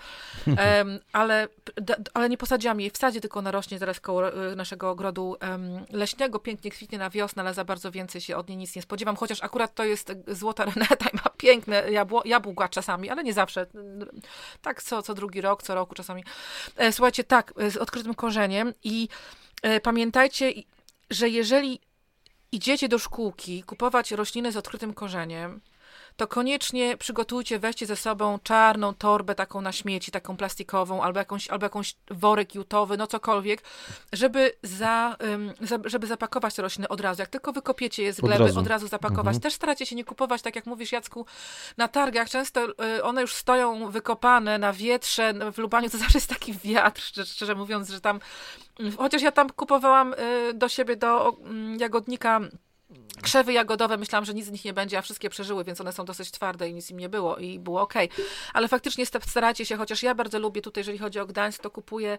ale nie posadziłam jej w sadzie, tylko ona rośnie zaraz koło naszego ogrodu leśnego, pięknie kwitnie na wiosnę, ale za bardzo więcej się od niej nic nie spodziewam, chociaż akurat to jest złota reneta i ma piękne jabłka czasami, ale nie zawsze. Tak co drugi rok, co roku czasami. Słuchajcie, tak, z odkrytym korzeniem i pamiętajcie, że jeżeli idziecie do szkółki kupować rośliny z odkrytym korzeniem, to koniecznie weźcie ze sobą czarną torbę taką na śmieci, taką plastikową, albo jakąś worek jutowy, no cokolwiek, żeby zapakować te rośliny od razu. Jak tylko wykopiecie je z gleby, od razu zapakować. Też staracie się nie kupować, tak jak mówisz, Jacku, na targach. Często one już stoją wykopane na wietrze. W Lubaniu to zawsze jest taki wiatr, szczerze mówiąc, że tam, chociaż ja tam kupowałam do siebie, do jagodnika, krzewy jagodowe, myślałam, że nic z nich nie będzie, a wszystkie przeżyły, więc one są dosyć twarde i nic im nie było i było okej. Ale faktycznie starajcie się, chociaż ja bardzo lubię tutaj, jeżeli chodzi o Gdańsk, to kupuję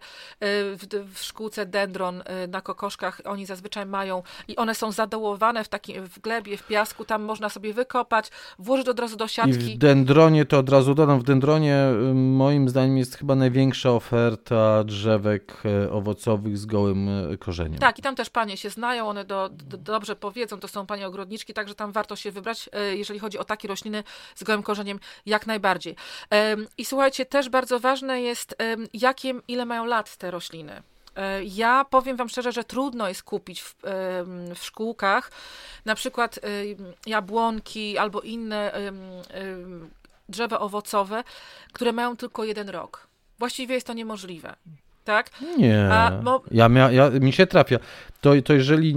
w szkółce dendron na kokoszkach, oni zazwyczaj mają i one są zadołowane w glebie, w piasku, tam można sobie wykopać, włożyć od razu do siatki. I w dendronie, to od razu dodam, w dendronie moim zdaniem jest chyba największa oferta drzewek owocowych z gołym korzeniem. Tak, i tam też panie się znają, one dobrze powiedzą, to są panie ogrodniczki, także tam warto się wybrać, jeżeli chodzi o takie rośliny z gołym korzeniem, jak najbardziej. I słuchajcie, też bardzo ważne jest, ile mają lat te rośliny. Ja powiem wam szczerze, że trudno jest kupić w szkółkach na przykład jabłonki albo inne drzewa owocowe, które mają tylko 1 rok. Właściwie jest to niemożliwe. tak? Nie, mi się trafia. To jeżeli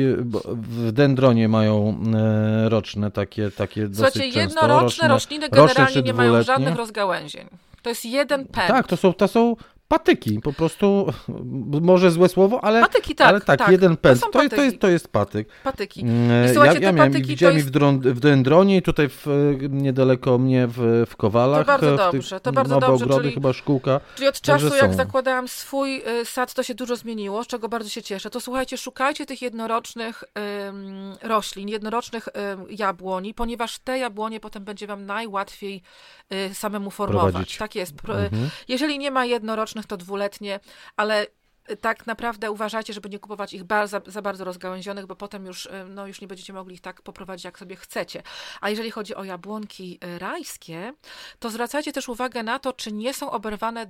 w dendronie mają roczne takie dosyć Słuchajcie, często. jednoroczne rośliny generalnie nie mają żadnych rozgałęzień. To jest jeden pęd. Tak, to są patyki, po prostu, może złe słowo, ale patyki, tak, ale tak, jeden pęd, to jest patyk. Patyki. I słuchajcie, widziałem w dendronie i tutaj niedaleko mnie w Kowalach. To bardzo dobrze, ogrody, chyba szkółka. Czyli od czasu, jak zakładałam swój sad, to się dużo zmieniło, z czego bardzo się cieszę. To słuchajcie, szukajcie tych jednorocznych roślin, jednorocznych jabłoni, ponieważ te jabłonie potem będzie wam najłatwiej samemu formować. Prowadzić. Tak jest. Jeżeli nie ma jednorocznych, to dwuletnie, ale tak naprawdę uważajcie, żeby nie kupować ich za bardzo rozgałęzionych, bo potem już nie będziecie mogli ich tak poprowadzić, jak sobie chcecie. A jeżeli chodzi o jabłonki rajskie, to zwracajcie też uwagę na to, czy nie są oberwane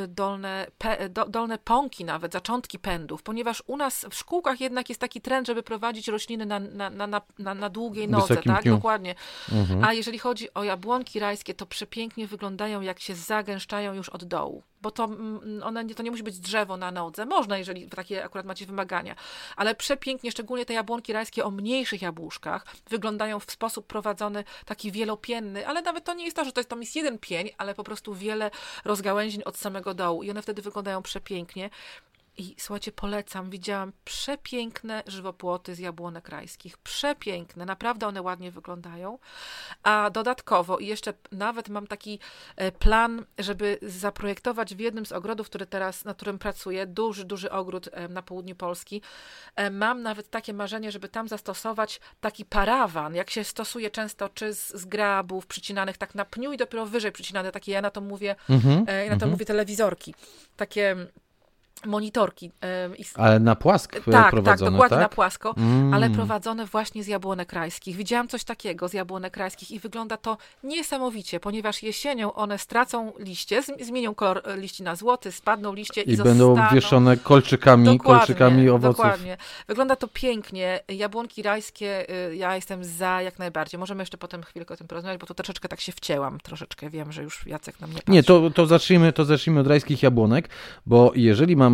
dolne pąki nawet, zaczątki pędów, ponieważ u nas w szkółkach jednak jest taki trend, żeby prowadzić rośliny na długiej nodze, tak? Pniu. Dokładnie. A jeżeli chodzi o jabłonki rajskie, to przepięknie wyglądają, jak się zagęszczają już od dołu. Bo to nie musi być drzewo na nodze. Można, jeżeli takie akurat macie wymagania. Ale przepięknie, szczególnie te jabłonki rajskie o mniejszych jabłuszkach, wyglądają w sposób prowadzony taki wielopienny, ale nawet to nie jest to, że tam jest jeden pień, ale po prostu wiele rozgałęzień od samego dołu. I one wtedy wyglądają przepięknie. I słuchajcie, polecam, widziałam przepiękne żywopłoty z jabłonek rajskich. Przepiękne, naprawdę one ładnie wyglądają. A dodatkowo, i jeszcze nawet mam taki plan, żeby zaprojektować w jednym z ogrodów, na którym pracuję, duży ogród na południu Polski. Mam nawet takie marzenie, żeby tam zastosować taki parawan, jak się stosuje często, czy z grabów przycinanych tak na pniu i dopiero wyżej przycinane, takie, ja na to mówię telewizorki, takie monitorki. Ale na płask prowadzone, tak? Dokładnie tak? Na płasko, ale prowadzone właśnie z jabłonek rajskich. Widziałam coś takiego z jabłonek rajskich i wygląda to niesamowicie, ponieważ jesienią one stracą liście, zmienią kolor liści na złoty, spadną liście i będą obwieszone kolczykami owoców. Dokładnie. Wygląda to pięknie. Jabłonki rajskie, ja jestem za jak najbardziej. Możemy jeszcze potem chwilkę o tym porozmawiać, bo tu troszeczkę tak się wcięłam. Wiem, że już Jacek na mnie patrzy. Nie, to zacznijmy od rajskich jabłonek, bo jeżeli mamy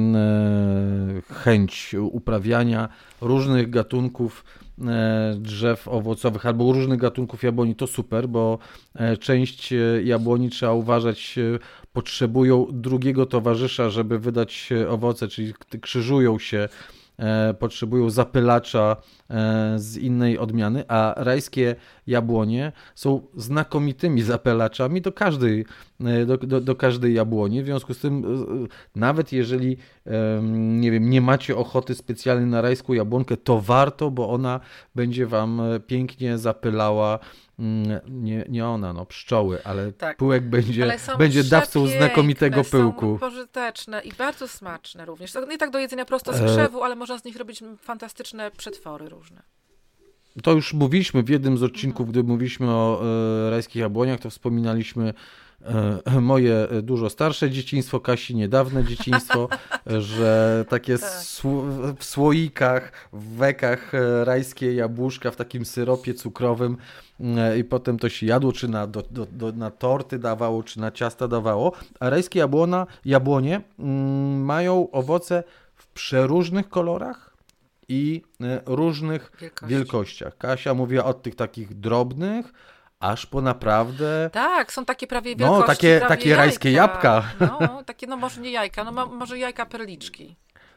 chęć uprawiania różnych gatunków drzew owocowych albo różnych gatunków jabłoni, to super, bo część jabłoni, trzeba uważać, potrzebują drugiego towarzysza, żeby wydać owoce, czyli krzyżują się, potrzebują zapylacza z innej odmiany, a rajskie jabłonie są znakomitymi zapylaczami do każdej jabłoni. W związku z tym, nawet jeżeli nie macie ochoty specjalnie na rajską jabłonkę, to warto, bo ona będzie wam pięknie zapylała. Nie ona, pszczoły, ale tak. Pyłek będzie dawcą znakomitego pyłku. Są pożyteczne i bardzo smaczne również. Nie tak do jedzenia prosto z krzewu, ale można z nich robić fantastyczne przetwory różne. To już mówiliśmy w jednym z odcinków, gdy mówiliśmy o rajskich jabłoniach, to wspominaliśmy moje dużo starsze dzieciństwo, Kasi niedawne dzieciństwo, że takie w słoikach, w wekach rajskie jabłuszka w takim syropie cukrowym i potem to się jadło, czy na torty dawało, czy na ciasta dawało, a rajskie jabłonie mają owoce w przeróżnych kolorach i różnych wielkościach. Kasia mówiła o tych takich drobnych, aż po naprawdę... Tak, są takie prawie wielkości, takie rajskie jabłka. Takie, może nie jajka, może jajka perliczki.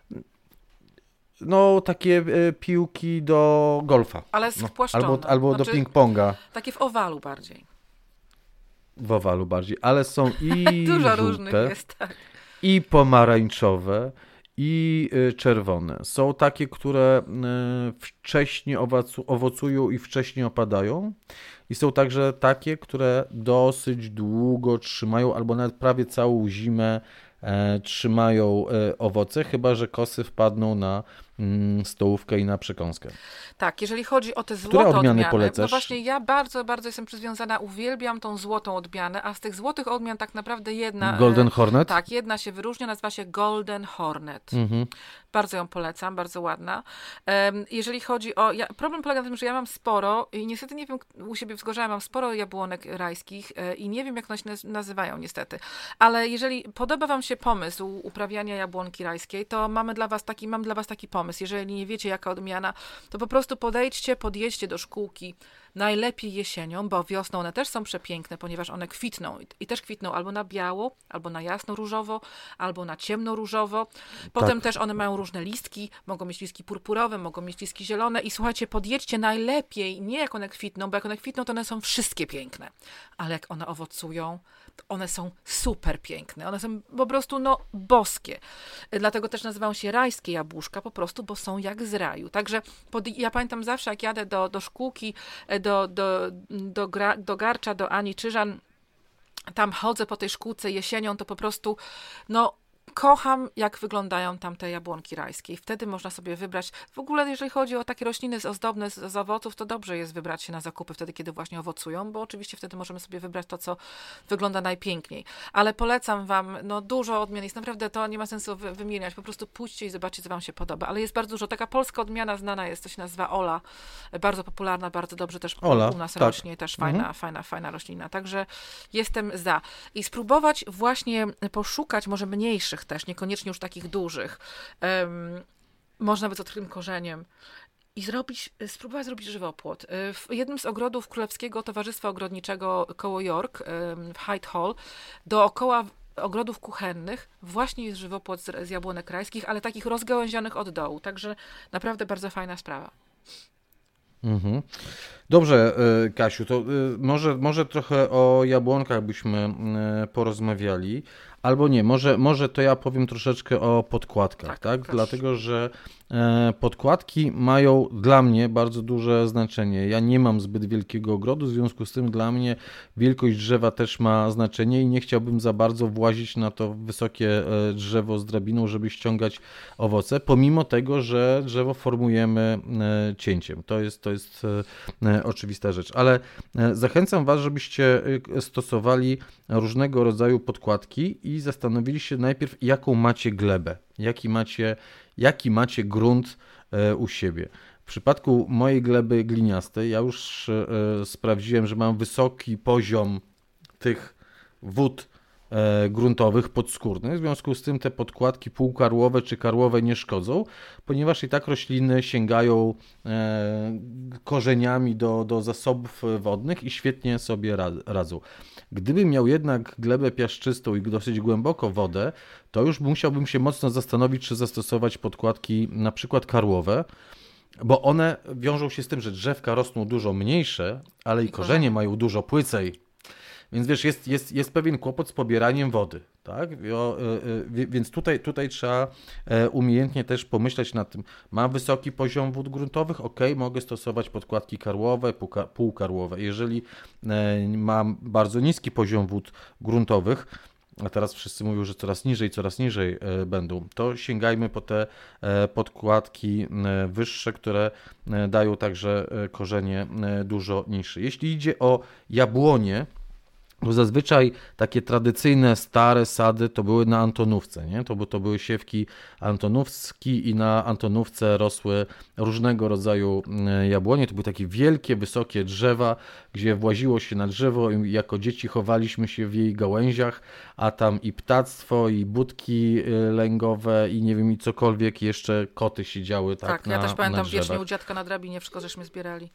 Takie piłki do golfa. Ale spłaszczone. Albo do ping-ponga. Takie w owalu bardziej. W owalu bardziej, ale są i dużo żółte, różnych jest, tak. I pomarańczowe, i czerwone. Są takie, które wcześnie owocują i wcześnie opadają. I są także takie, które dosyć długo trzymają, albo nawet prawie całą zimę trzymają owoce, chyba że kosy wpadną na stołówkę i na przekąskę. Tak, jeżeli chodzi o te złote Które odmiany odmiany, polecasz? no właśnie ja bardzo, bardzo jestem przywiązana, uwielbiam tą złotą odmianę, a z tych złotych odmian tak naprawdę jedna... Golden Hornet? Tak, jedna się wyróżnia, nazywa się Golden Hornet. Bardzo ją polecam, bardzo ładna. Jeżeli chodzi o... problem polega na tym, że ja mam sporo i niestety nie wiem, u siebie w Zgorzelcu mam sporo jabłonek rajskich i nie wiem, jak one się nazywają niestety. Ale jeżeli podoba wam się pomysł uprawiania jabłonki rajskiej, to mam dla was taki pomysł. Jeżeli nie wiecie, jaka odmiana, to po prostu podjedźcie do szkółki. Najlepiej jesienią, bo wiosną one też są przepiękne, ponieważ one kwitną i też kwitną albo na biało, albo na jasno-różowo, albo na ciemno-różowo. Potem też one mają różne listki, mogą mieć listki purpurowe, mogą mieć listki zielone i słuchajcie, podjedźcie najlepiej, nie jak one kwitną, bo jak one kwitną, to one są wszystkie piękne, ale jak one owocują, to one są super piękne, one są po prostu boskie. Dlatego też nazywają się rajskie jabłuszka, po prostu, bo są jak z raju. Także ja pamiętam zawsze, jak jadę do szkółki, do Garcza, do Ani Czyżan, tam chodzę po tej szkółce jesienią, to po prostu, kocham, jak wyglądają tam te jabłonki rajskie. I wtedy można sobie wybrać, w ogóle jeżeli chodzi o takie rośliny ozdobne z owoców, to dobrze jest wybrać się na zakupy wtedy, kiedy właśnie owocują, bo oczywiście wtedy możemy sobie wybrać to, co wygląda najpiękniej. Ale polecam wam, dużo odmian jest, naprawdę to nie ma sensu wymieniać, po prostu pójdźcie i zobaczcie, co wam się podoba. Ale jest bardzo dużo, taka polska odmiana znana jest, to się nazywa Ola, bardzo popularna, bardzo dobrze też u nas rośnie, też fajna roślina. Także jestem za. I spróbować właśnie poszukać może mniejszych też, niekoniecznie już takich dużych, może nawet z odkrytym korzeniem i spróbować zrobić żywopłot. W jednym z ogrodów Królewskiego Towarzystwa Ogrodniczego koło York, w Hyde Hall, dookoła ogrodów kuchennych właśnie jest żywopłot z jabłonek rajskich, ale takich rozgałęzionych od dołu, także naprawdę bardzo fajna sprawa. Dobrze, Kasiu, to może trochę o jabłonkach byśmy porozmawiali, albo nie, może to ja powiem troszeczkę o podkładkach, tak? Dlatego, że podkładki mają dla mnie bardzo duże znaczenie. Ja nie mam zbyt wielkiego ogrodu, w związku z tym dla mnie wielkość drzewa też ma znaczenie i nie chciałbym za bardzo włazić na to wysokie drzewo z drabiną, żeby ściągać owoce, pomimo tego, że drzewo formujemy cięciem. To jest oczywista rzecz, ale zachęcam Was, żebyście stosowali różnego rodzaju podkładki i zastanowili się najpierw, jaką macie glebę, jaki macie grunt u siebie. W przypadku mojej gleby gliniastej ja już sprawdziłem, że mam wysoki poziom tych wód gruntowych, podskórnych. W związku z tym te podkładki półkarłowe czy karłowe nie szkodzą, ponieważ i tak rośliny sięgają korzeniami do zasobów wodnych i świetnie sobie radzą. Gdybym miał jednak glebę piaszczystą i dosyć głęboko wodę, to już musiałbym się mocno zastanowić, czy zastosować podkładki na przykład karłowe, bo one wiążą się z tym, że drzewka rosną dużo mniejsze, ale i korzenie mają dużo płycej. Więc wiesz, jest pewien kłopot z pobieraniem wody, tak? Więc tutaj trzeba umiejętnie też pomyśleć nad tym. Mam wysoki poziom wód gruntowych, mogę stosować podkładki karłowe, półkarłowe. Jeżeli mam bardzo niski poziom wód gruntowych, a teraz wszyscy mówią, że coraz niżej będą, to sięgajmy po te podkładki wyższe, które dają także korzenie dużo niższe. Jeśli idzie o jabłonie, bo zazwyczaj takie tradycyjne, stare sady to były na Antonówce, nie? To były siewki antonówki i na Antonówce rosły różnego rodzaju jabłonie. To były takie wielkie, wysokie drzewa, gdzie właziło się na drzewo i jako dzieci chowaliśmy się w jej gałęziach, a tam i ptactwo, i budki lęgowe, i nie wiem, i cokolwiek, jeszcze koty siedziały tak ja też pamiętam drzewach. wiecznie u dziadka na drabinie, wszystko żeśmy zbierali.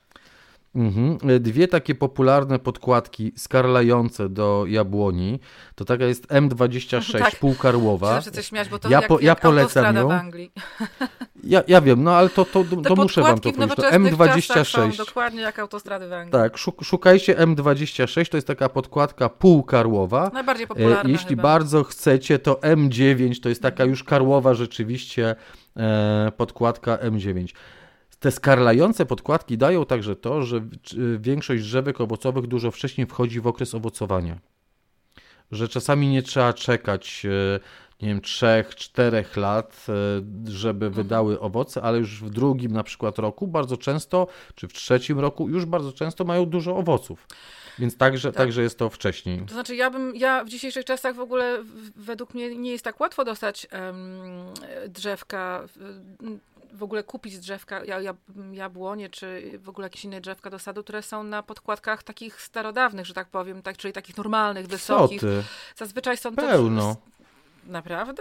Dwie takie popularne podkładki skarlające do jabłoni, to taka jest M26 półkarłowa. Muszę coś śmiać, bo to ja polecam ją. w Anglii. Ja wiem, ale to muszę wam to powiedzieć. To M26. Są dokładnie jak autostrady w Anglii. Tak, szukajcie M26, to jest taka podkładka półkarłowa. Najbardziej popularna Jeśli chyba. bardzo chcecie, to M9 to jest taka już karłowa rzeczywiście podkładka M9. Te skarlające podkładki dają także to, że większość drzewek owocowych dużo wcześniej wchodzi w okres owocowania. Że czasami nie trzeba czekać nie wiem, 3-4 lat, żeby wydały owoce, ale już w drugim na przykład roku bardzo często, czy w trzecim roku już bardzo często mają dużo owoców. Więc także jest to wcześniej. To znaczy ja w dzisiejszych czasach w ogóle według mnie nie jest tak łatwo dostać drzewka, w ogóle kupić drzewka, jabłonie, czy w ogóle jakieś inne drzewka do sadu, które są na podkładkach takich starodawnych, że tak powiem, czyli takich normalnych, wysokich. Co ty? Zazwyczaj są Pełno. Naprawdę?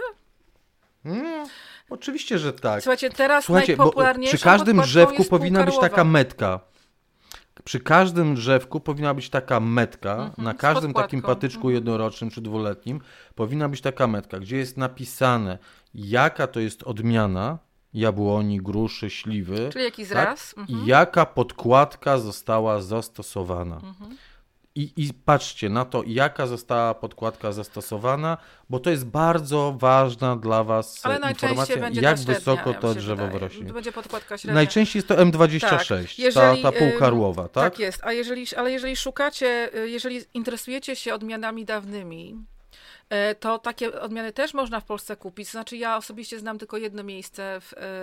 Oczywiście, że tak. Słuchajcie, teraz Słuchajcie, najpopularniejszą przy każdym podkładką drzewku jest powinna być taka półkarłowa. metka. Przy każdym drzewku powinna być taka metka, na każdym takim podkładką. patyczku jednorocznym czy dwuletnim powinna być taka metka, gdzie jest napisane, jaka to jest odmiana jabłoni, gruszy, śliwy. Czyli jakiś tak? zraz. I jaka podkładka została zastosowana. I patrzcie na to, jaka została podkładka zastosowana, bo to jest bardzo ważna dla Was Ale informacja, będzie jak ta średnia, wysoko to się drzewo wydaje. wyrośnie. To będzie podkładka średnia. Najczęściej jest to M26, Tak. ta półkarłowa, tak? Tak jest, ale jeżeli szukacie, jeżeli interesujecie się odmianami dawnymi, to takie odmiany też można w Polsce kupić. Znaczy ja osobiście znam tylko jedno miejsce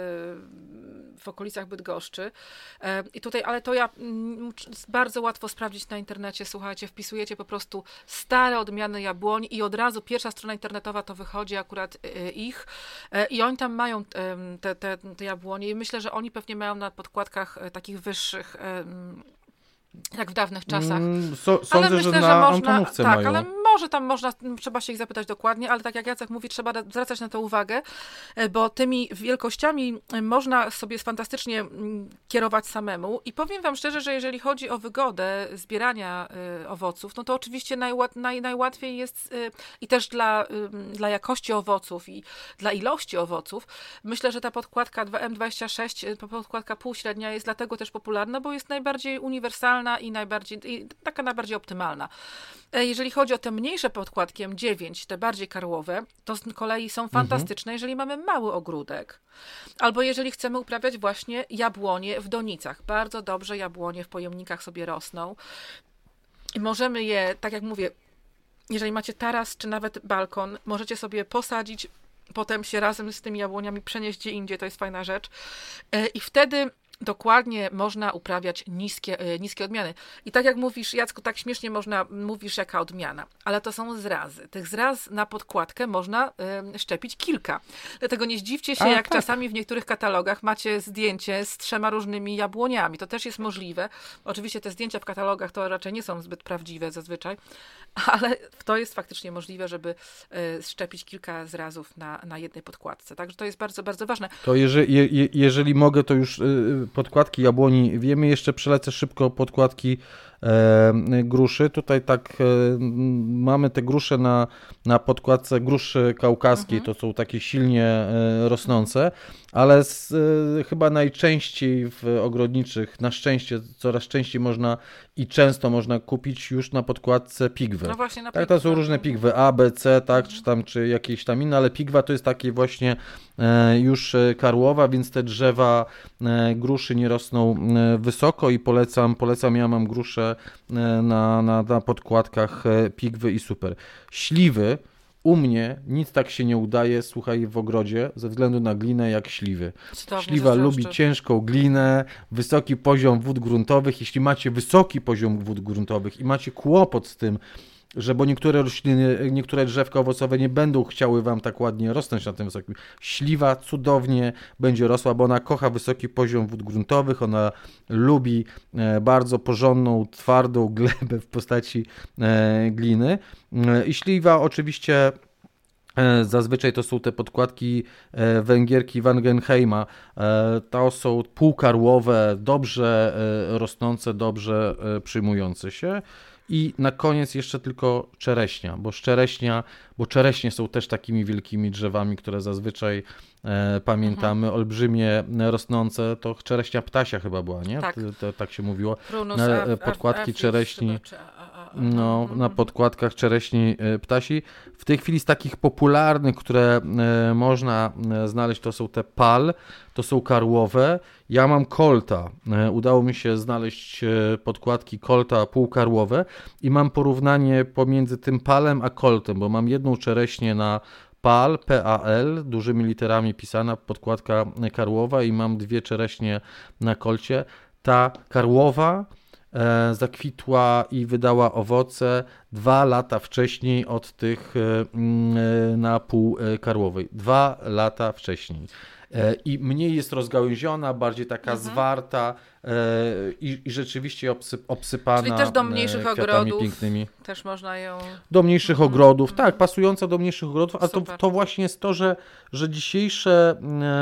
w okolicach Bydgoszczy. I tutaj, ale to bardzo łatwo sprawdzić na internecie. Słuchajcie, wpisujecie po prostu stare odmiany jabłoni i od razu pierwsza strona internetowa to wychodzi akurat ich. I oni tam mają te jabłonie i myślę, że oni pewnie mają na podkładkach takich wyższych, jak w dawnych czasach. Sądzę, myślę, że na można, Antonówce tak, mają. ale może tam trzeba się ich zapytać dokładnie, ale tak jak Jacek mówi, trzeba zwracać na to uwagę, bo tymi wielkościami można sobie fantastycznie kierować samemu i powiem wam szczerze, że jeżeli chodzi o wygodę zbierania owoców, no to oczywiście najłatwiej jest i też dla jakości owoców i dla ilości owoców. Myślę, że ta podkładka M26, podkładka półśrednia jest dlatego też popularna, bo jest najbardziej uniwersalna i taka najbardziej optymalna. Jeżeli chodzi o te mniejsze podkładki M9, te bardziej karłowe, to z kolei są fantastyczne, jeżeli mamy mały ogródek. Albo jeżeli chcemy uprawiać właśnie jabłonie w donicach. Bardzo dobrze jabłonie w pojemnikach sobie rosną. I możemy je, tak jak mówię, jeżeli macie taras czy nawet balkon, możecie sobie posadzić, potem się razem z tymi jabłoniami przenieść gdzie indziej, to jest fajna rzecz. I wtedy dokładnie można uprawiać niskie odmiany. I tak jak mówisz, Jacku, tak śmiesznie mówisz jaka odmiana, ale to są zrazy. Tych zraz na podkładkę można szczepić kilka. Dlatego nie zdziwcie się, jak czasami w niektórych katalogach macie zdjęcie z 3 różnymi jabłoniami. To też jest możliwe. Oczywiście te zdjęcia w katalogach to raczej nie są zbyt prawdziwe zazwyczaj, ale to jest faktycznie możliwe, żeby szczepić kilka zrazów na jednej podkładce. Także to jest bardzo, bardzo ważne. To jeżeli mogę, to już podkładki jabłoni wiemy, jeszcze przelecę szybko podkładki gruszy. Tutaj tak mamy te grusze na podkładce gruszy kaukaskiej, to są takie silnie rosnące, ale chyba najczęściej w ogrodniczych, na szczęście coraz częściej można i często można kupić już na podkładce pigwy. No właśnie, na tak, to są różne pigwy A, B, C, tak, czy jakieś tam inne, ale pigwa to jest takie właśnie już karłowa, więc te drzewa gruszy nie rosną wysoko i polecam, ja mam gruszę na podkładkach pigwy i super. Śliwy, u mnie nic tak się nie udaje, słuchaj, w ogrodzie, ze względu na glinę jak śliwy. Cudownie, Śliwa lubi ciężką glinę, wysoki poziom wód gruntowych. Jeśli macie wysoki poziom wód gruntowych i macie kłopot z tym, bo niektóre rośliny, niektóre drzewka owocowe nie będą chciały wam tak ładnie rosnąć na tym wysokim. Śliwa cudownie będzie rosła, bo ona kocha wysoki poziom wód gruntowych, ona lubi bardzo porządną, twardą glebę w postaci gliny. I śliwa oczywiście zazwyczaj to są te podkładki Węgierki Wangenheima. To są półkarłowe, dobrze rosnące, dobrze przyjmujące się. I na koniec jeszcze tylko czereśnia, bo czereśnie są też takimi wielkimi drzewami, które zazwyczaj pamiętamy, olbrzymie rosnące, to czereśnia ptasia chyba była, nie? Tak. Tak się mówiło. Prunus Podkładki czereśni, na podkładkach czereśni ptasi. W tej chwili z takich popularnych, które można znaleźć, to są te pal, to są karłowe. Ja mam kolta. Udało mi się znaleźć podkładki kolta półkarłowe i mam porównanie pomiędzy tym palem a koltem, bo mam jedną czereśnię na PAL, P-A-L, dużymi literami pisana, podkładka karłowa i mam 2 czereśnie na kolcie. Ta karłowa zakwitła i wydała owoce 2 lata wcześniej od tych na pół karłowej. 2 lata wcześniej. I mniej jest rozgałęziona, bardziej taka zwarta i rzeczywiście obsypana czyli też do mniejszych ogrodów pięknymi. Też można ją... Do mniejszych ogrodów, tak, pasująca do mniejszych ogrodów, a to właśnie jest to, że dzisiejsze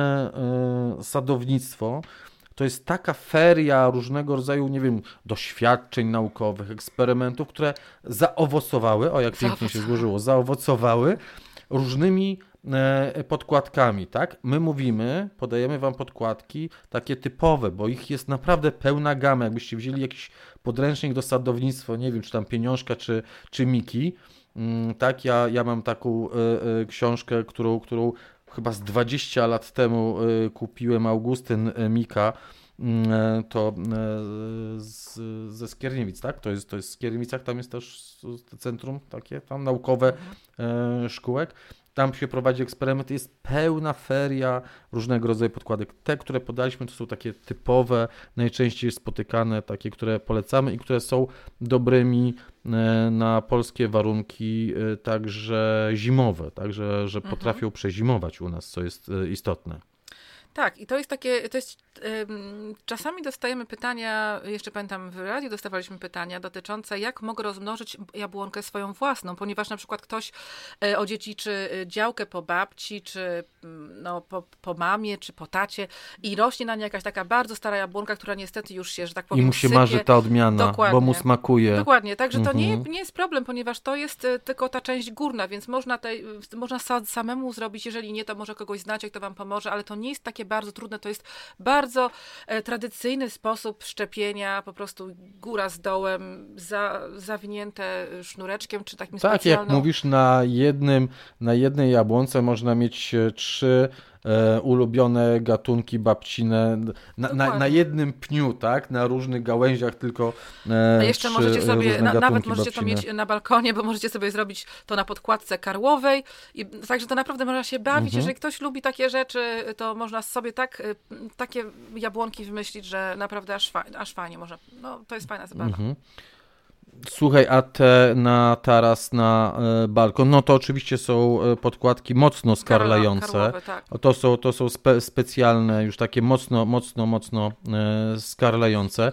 sadownictwo to jest taka feria różnego rodzaju, nie wiem, doświadczeń naukowych, eksperymentów, które zaowocowały, o jak pięknie się złożyło, zaowocowały różnymi podkładkami, tak? My mówimy, podajemy wam podkładki takie typowe, bo ich jest naprawdę pełna gama. Jakbyście wzięli jakiś podręcznik do sadownictwa, nie wiem, czy tam Pieniążka, czy Miki, tak? Ja mam taką książkę, którą chyba z 20 lat temu kupiłem, Augustyn Mika, to ze Skierniewic, tak? To jest w Skierniewicach, tam jest też centrum takie tam naukowe szkółek. Tam się prowadzi eksperyment, jest pełna feria różnego rodzaju podkładek. Te, które podaliśmy, to są takie typowe, najczęściej spotykane, takie, które polecamy i które są dobrymi na polskie warunki, także zimowe, także że potrafią przezimować u nas, co jest istotne. Tak, i to jest takie, czasami dostajemy pytania, jeszcze pamiętam w radiu dostawaliśmy pytania dotyczące, jak mogę rozmnożyć jabłonkę swoją własną, ponieważ na przykład ktoś odziedziczy działkę po babci, czy po mamie, czy po tacie i rośnie na niej jakaś taka bardzo stara jabłonka, która niestety już się, że tak powiem, i mu się marzy ta odmiana, dokładnie, bo mu smakuje. Dokładnie, także to nie jest problem, ponieważ to jest tylko ta część górna, więc można samemu zrobić, jeżeli nie, to może kogoś znacie, kto wam pomoże, ale to nie jest takie bardzo trudne, to jest bardzo tradycyjny sposób szczepienia, po prostu góra z dołem, zawinięte sznureczkiem, czy takim specjalną... Tak, jak mówisz, na jednej jabłonce można mieć 3 ulubione gatunki babcine na jednym pniu, tak? Na różnych gałęziach tylko a jeszcze możecie sobie, nawet możecie to mieć na balkonie, bo możecie sobie zrobić to na podkładce karłowej. Także to naprawdę można się bawić. Jeżeli ktoś lubi takie rzeczy, to można sobie takie jabłonki wymyślić, że naprawdę aż fajnie można. No, to jest fajna zabawa. Słuchaj, a te na taras, na balkon, no to oczywiście są podkładki mocno skarlające. Karłowe, tak. To są specjalne, już takie mocno skarlające.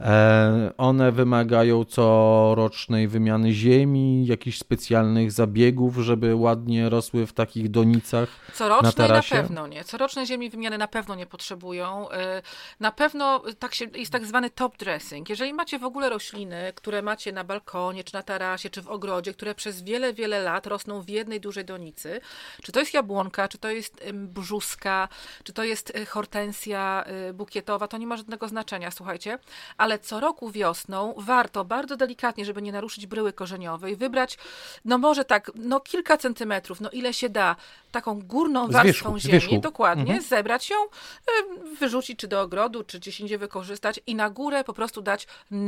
One wymagają corocznej wymiany ziemi, jakichś specjalnych zabiegów, żeby ładnie rosły w takich donicach na tarasie. Na pewno nie. Corocznej ziemi wymiany na pewno nie potrzebują. Na pewno jest tak zwany top dressing. Jeżeli macie w ogóle rośliny, które macie na balkonie, czy na tarasie, czy w ogrodzie, które przez wiele, wiele lat rosną w jednej dużej donicy, czy to jest jabłonka, czy to jest brzuska, czy to jest hortensja bukietowa, to nie ma żadnego znaczenia, słuchajcie, ale co roku wiosną warto bardzo delikatnie, żeby nie naruszyć bryły korzeniowej, wybrać, może kilka centymetrów, ile się da, taką górną warstwą ziemi, dokładnie, zebrać ją, wyrzucić czy do ogrodu, czy gdzieś indziej wykorzystać i na górę po prostu dać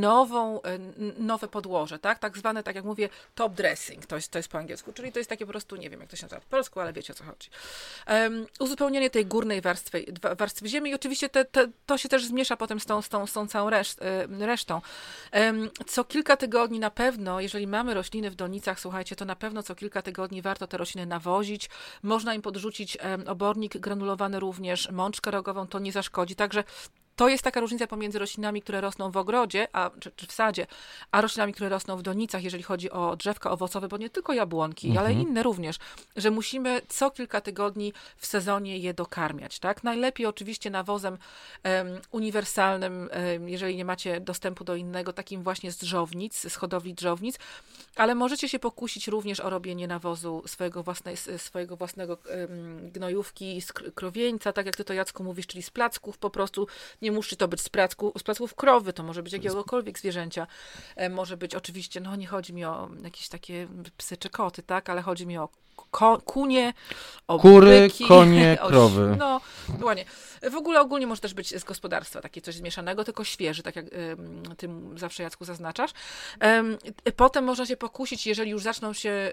nowe podłoże, tak? Tak zwane, tak jak mówię, top dressing, to jest po angielsku, czyli to jest takie po prostu, nie wiem jak to się nazywa po polsku, ale wiecie o co chodzi. Uzupełnienie tej górnej warstwy ziemi i oczywiście to się też zmiesza potem z tą całą resztą. Co kilka tygodni na pewno, jeżeli mamy rośliny w donicach, słuchajcie, to na pewno co kilka tygodni warto te rośliny nawozić. Można im podrzucić obornik granulowany również, mączkę rogową, to nie zaszkodzi. Także to jest taka różnica pomiędzy roślinami, które rosną w ogrodzie, czy w sadzie, a roślinami, które rosną w donicach, jeżeli chodzi o drzewka owocowe, bo nie tylko jabłonki, ale inne również, że musimy co kilka tygodni w sezonie je dokarmiać, tak? Najlepiej oczywiście nawozem uniwersalnym, jeżeli nie macie dostępu do innego, takim właśnie z hodowli drzownic, ale możecie się pokusić również o robienie nawozu swojego własnego gnojówki, z krowieńca, tak jak ty to, Jacku, mówisz, czyli z placków po prostu. Nie musi to być z placków krowy, to może być jakiegokolwiek zwierzęcia. Może być oczywiście, nie chodzi mi o jakieś takie psy czy koty, tak, ale chodzi mi o kunie, o kury, byki, konie, krowy. Dokładnie. W ogóle ogólnie może też być z gospodarstwa takie coś zmieszanego, tylko świeży, tak jak ty zawsze, Jacku, zaznaczasz. Potem można się pokusić, jeżeli już zaczną się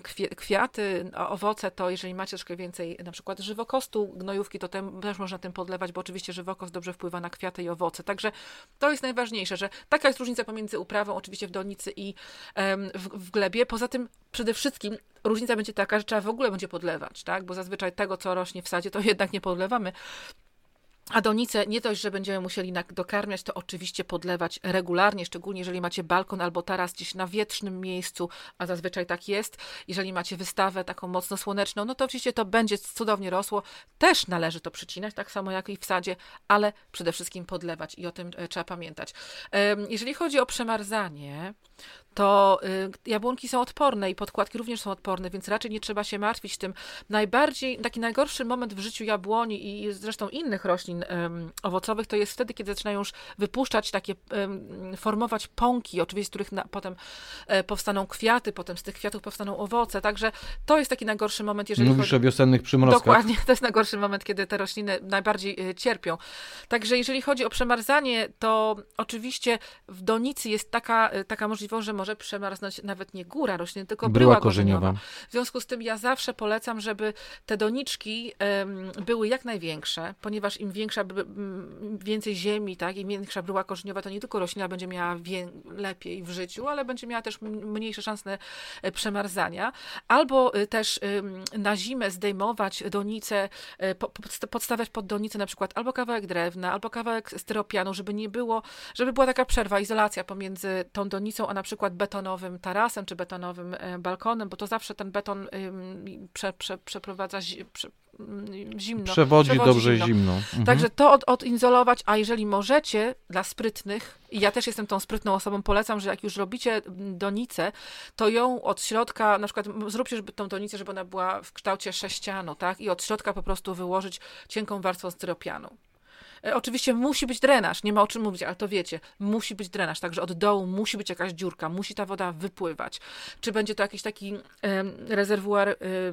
kwiaty, owoce, to jeżeli macie troszkę więcej na przykład żywokostu, gnojówki, to też można tym podlewać, bo oczywiście żywokost dobrze wpływa na kwiaty i owoce. Także to jest najważniejsze, że taka jest różnica pomiędzy uprawą oczywiście w donicy i w glebie. Poza tym przede wszystkim różnica będzie taka, że trzeba w ogóle będzie podlewać, tak? Bo zazwyczaj tego, co rośnie w sadzie, to jednak nie podlewamy. A donicę nie dość, że będziemy musieli dokarmiać, to oczywiście podlewać regularnie, szczególnie jeżeli macie balkon albo taras gdzieś na wietrznym miejscu, a zazwyczaj tak jest. Jeżeli macie wystawę taką mocno słoneczną, no to oczywiście to będzie cudownie rosło. Też należy to przycinać, tak samo jak i w sadzie, ale przede wszystkim podlewać i o tym trzeba pamiętać. Jeżeli chodzi o przemarzanie, to jabłonki są odporne i podkładki również są odporne, więc raczej nie trzeba się martwić tym. Taki najgorszy moment w życiu jabłoni i zresztą innych roślin owocowych to jest wtedy, kiedy zaczynają już wypuszczać takie, formować pąki, oczywiście z których potem powstaną kwiaty, potem z tych kwiatów powstaną owoce, także to jest taki najgorszy moment, jeżeli Mówisz o wiosennych przymrozkach. Dokładnie, to jest najgorszy moment, kiedy te rośliny najbardziej cierpią. Także jeżeli chodzi o przemarzanie, to oczywiście w donicy jest taka możliwość, że może przemarznąć nawet nie góra rośliny, tylko bryła korzeniowa. W związku z tym ja zawsze polecam, żeby te doniczki były jak największe, ponieważ im więcej ziemi, tak, im większa bryła korzeniowa, to nie tylko roślina będzie miała lepiej w życiu, ale będzie miała też mniejsze szanse przemarzania. Albo też na zimę zdejmować donicę, podstawiać pod donicę na przykład albo kawałek drewna, albo kawałek styropianu, żeby była taka przerwa, izolacja pomiędzy tą donicą, a na przykład betonowym tarasem, czy betonowym balkonem, bo to zawsze ten beton przeprowadza zimno. Przewodzi dobrze zimno. Mhm. Także to odizolować, a jeżeli możecie, dla sprytnych, i ja też jestem tą sprytną osobą, polecam, że jak już robicie donicę, to ją od środka, na przykład zróbcie tą donicę, żeby ona była w kształcie sześcianu, tak? I od środka po prostu wyłożyć cienką warstwą styropianu. Oczywiście musi być drenaż, nie ma o czym mówić, ale to wiecie, musi być drenaż, także od dołu musi być jakaś dziurka, musi ta woda wypływać. Czy będzie to jakiś taki rezerwuar,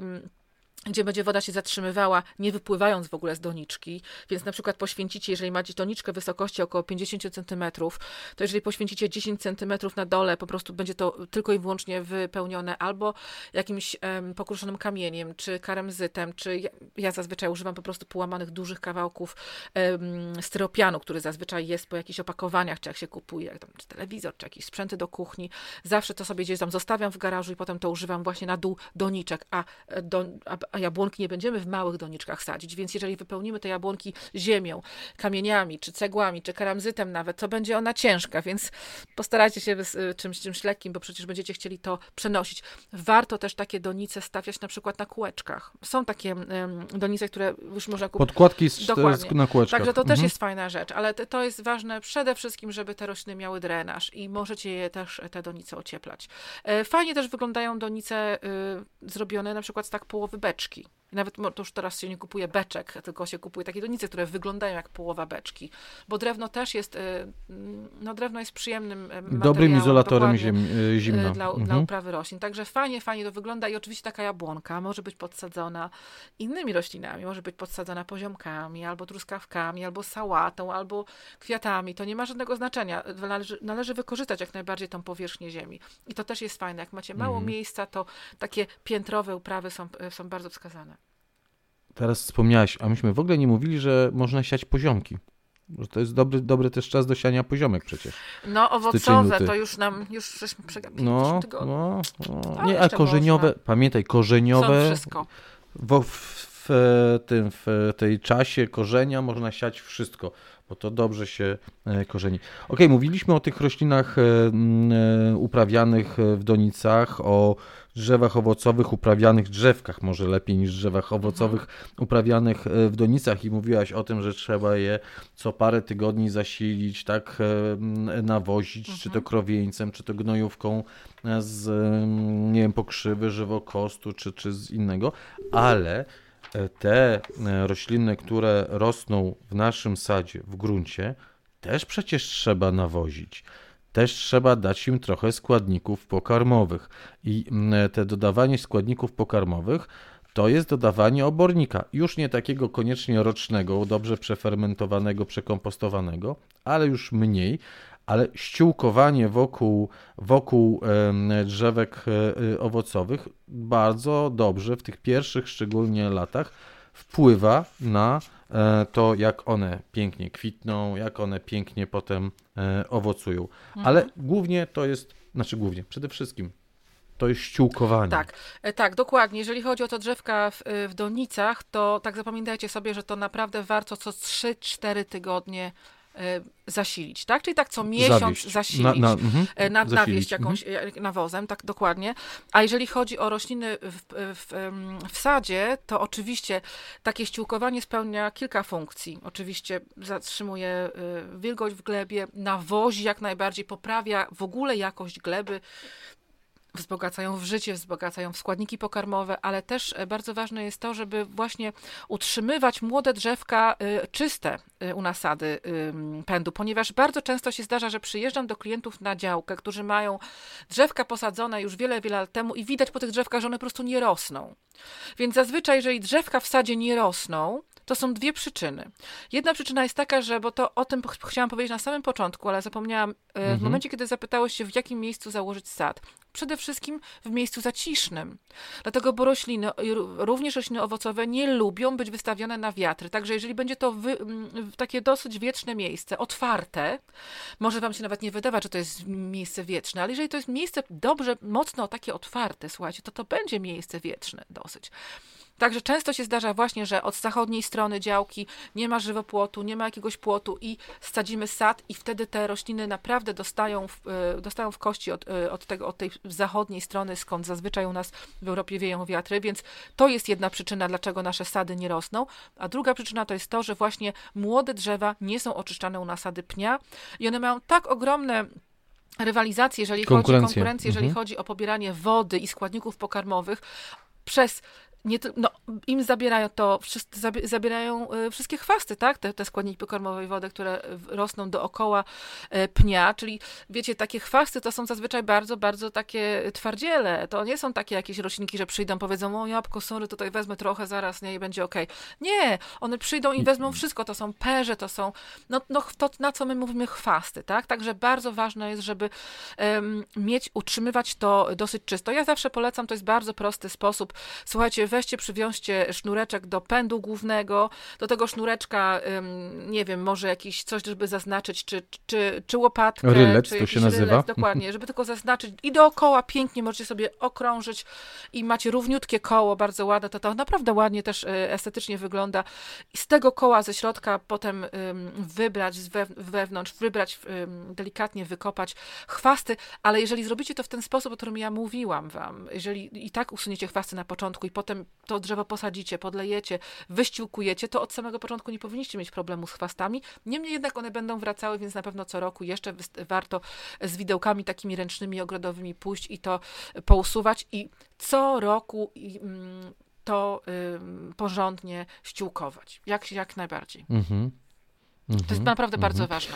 gdzie będzie woda się zatrzymywała, nie wypływając w ogóle z doniczki, więc na przykład poświęcicie, jeżeli macie doniczkę wysokości około 50 cm, to jeżeli poświęcicie 10 cm na dole, po prostu będzie to tylko i wyłącznie wypełnione albo jakimś pokruszonym kamieniem, czy karemzytem, czy ja zazwyczaj używam po prostu połamanych dużych kawałków styropianu, który zazwyczaj jest po jakichś opakowaniach, czy jak się kupuje, czy telewizor, czy jakieś sprzęty do kuchni. Zawsze to sobie gdzieś tam zostawiam w garażu i potem to używam właśnie na dół doniczek, a jabłonki nie będziemy w małych doniczkach sadzić, więc jeżeli wypełnimy te jabłonki ziemią, kamieniami, czy cegłami, czy karamzytem nawet, to będzie ona ciężka, więc postarajcie się czymś lekkim, bo przecież będziecie chcieli to przenosić. Warto też takie donice stawiać na przykład na kółeczkach. Są takie donice, które już można kupić. Podkładki na kółeczkach. Także to też jest fajna rzecz, ale to jest ważne przede wszystkim, żeby te rośliny miały drenaż i możecie je też, te donice ocieplać. Fajnie też wyglądają donice zrobione na przykład z tak połowy beczki. Nawet to już teraz się nie kupuje beczek, tylko się kupuje takie donice, które wyglądają jak połowa beczki. Bo drewno też jest, drewno jest przyjemnym materiałem. Dobrym izolatorem zimna. Dla uprawy roślin. Także fajnie to wygląda i oczywiście taka jabłonka może być podsadzona innymi roślinami, może być podsadzona poziomkami, albo truskawkami, albo sałatą, albo kwiatami. To nie ma żadnego znaczenia. Należy wykorzystać jak najbardziej tą powierzchnię ziemi. I to też jest fajne. Jak macie mało miejsca, to takie piętrowe uprawy są bardzo wskazane. Teraz wspomniałaś, a myśmy w ogóle nie mówili, że można siać poziomki. Że to jest dobry też czas do siania poziomek przecież. No owocowe to już żeśmy przegapili w zeszłym tygodniu. Nie, a korzeniowe, można. Pamiętaj, korzeniowe. Są wszystko. W tej czasie korzenia można siać wszystko, bo to dobrze się korzeni. Okej, mówiliśmy o tych roślinach uprawianych w donicach, o drzewach owocowych uprawianych, drzewkach może lepiej niż drzewach owocowych uprawianych w donicach i mówiłaś o tym, że trzeba je co parę tygodni zasilić, tak, nawozić, czy to krowieńcem, czy to gnojówką z, nie wiem, pokrzywy, żywokostu, czy z innego, ale te rośliny, które rosną w naszym sadzie, w gruncie, też przecież trzeba nawozić. Też trzeba dać im trochę składników pokarmowych. I te dodawanie składników pokarmowych to jest dodawanie obornika. Już nie takiego koniecznie rocznego, dobrze przefermentowanego, przekompostowanego, ale już mniej, ale ściółkowanie wokół drzewek owocowych bardzo dobrze w tych pierwszych szczególnie latach wpływa na to, jak one pięknie kwitną, jak one pięknie potem owocują. Ale głównie to jest, przede wszystkim to jest ściółkowanie. Tak, dokładnie. Jeżeli chodzi o to drzewka w donicach, to tak zapamiętajcie sobie, że to naprawdę warto co 3-4 tygodnie zasilić, tak? Czyli tak co miesiąc zasilić, nawieść jakąś nawozem, tak dokładnie. A jeżeli chodzi o rośliny w sadzie, to oczywiście takie ściółkowanie spełnia kilka funkcji. Oczywiście zatrzymuje wilgoć w glebie, nawozi jak najbardziej, poprawia w ogóle jakość gleby, wzbogacają w życie, wzbogacają w składniki pokarmowe, ale też bardzo ważne jest to, żeby właśnie utrzymywać młode drzewka czyste u nasady pędu, ponieważ bardzo często się zdarza, że przyjeżdżam do klientów na działkę, którzy mają drzewka posadzone już wiele, wiele lat temu i widać po tych drzewkach, że one po prostu nie rosną. Więc zazwyczaj, jeżeli drzewka w sadzie nie rosną, to są dwie przyczyny. Jedna przyczyna jest taka, że, bo to o tym chciałam powiedzieć na samym początku, ale zapomniałam w momencie, kiedy zapytałeś się, w jakim miejscu założyć sad. Przede wszystkim w miejscu zacisznym. Dlatego, bo rośliny, również rośliny owocowe, nie lubią być wystawione na wiatr. Także jeżeli będzie to takie dosyć wieczne miejsce, otwarte, może wam się nawet nie wydawać, że to jest miejsce wieczne, ale jeżeli to jest miejsce dobrze, mocno takie otwarte, słuchajcie, to będzie miejsce wieczne dosyć. Także często się zdarza właśnie, że od zachodniej strony działki nie ma żywopłotu, nie ma jakiegoś płotu i sadzimy sad i wtedy te rośliny naprawdę dostają w kości od tej zachodniej strony, skąd zazwyczaj u nas w Europie wieją wiatry, więc to jest jedna przyczyna, dlaczego nasze sady nie rosną, a druga przyczyna to jest to, że właśnie młode drzewa nie są oczyszczane u nasady pnia i one mają tak ogromne rywalizację, jeżeli chodzi o pobieranie wody i składników pokarmowych im zabierają wszystkie chwasty, tak? Te składniki pokarmowe i wodę, które rosną dookoła pnia, czyli wiecie, takie chwasty to są zazwyczaj bardzo, bardzo takie twardziele. To nie są takie jakieś roślinki, że przyjdą, powiedzą, o jabłko, sorry, tutaj wezmę trochę zaraz, nie, i będzie okej. Nie, one przyjdą i wezmą wszystko, to są perze, to są, to na co my mówimy chwasty, tak? Także bardzo ważne jest, żeby utrzymywać to dosyć czysto. Ja zawsze polecam, to jest bardzo prosty sposób. Słuchajcie, weźcie, przywiążcie sznureczek do pędu głównego, do tego sznureczka, nie wiem, może jakiś coś, żeby zaznaczyć, czy łopatkę, rylec, czy to się nazywa. Rylec, dokładnie, żeby tylko zaznaczyć i dookoła pięknie możecie sobie okrążyć i macie równiutkie koło, bardzo ładne, to naprawdę ładnie też estetycznie wygląda. I z tego koła ze środka potem wybrać wewnątrz, delikatnie wykopać chwasty, ale jeżeli zrobicie to w ten sposób, o którym ja mówiłam wam, jeżeli i tak usuniecie chwasty na początku i potem to drzewo posadzicie, podlejecie, wyściółkujecie, to od samego początku nie powinniście mieć problemu z chwastami. Niemniej jednak one będą wracały, więc na pewno co roku jeszcze warto z widełkami takimi ręcznymi, ogrodowymi pójść i to pousuwać i co roku to porządnie ściółkować. Jak najbardziej. To jest naprawdę bardzo ważne.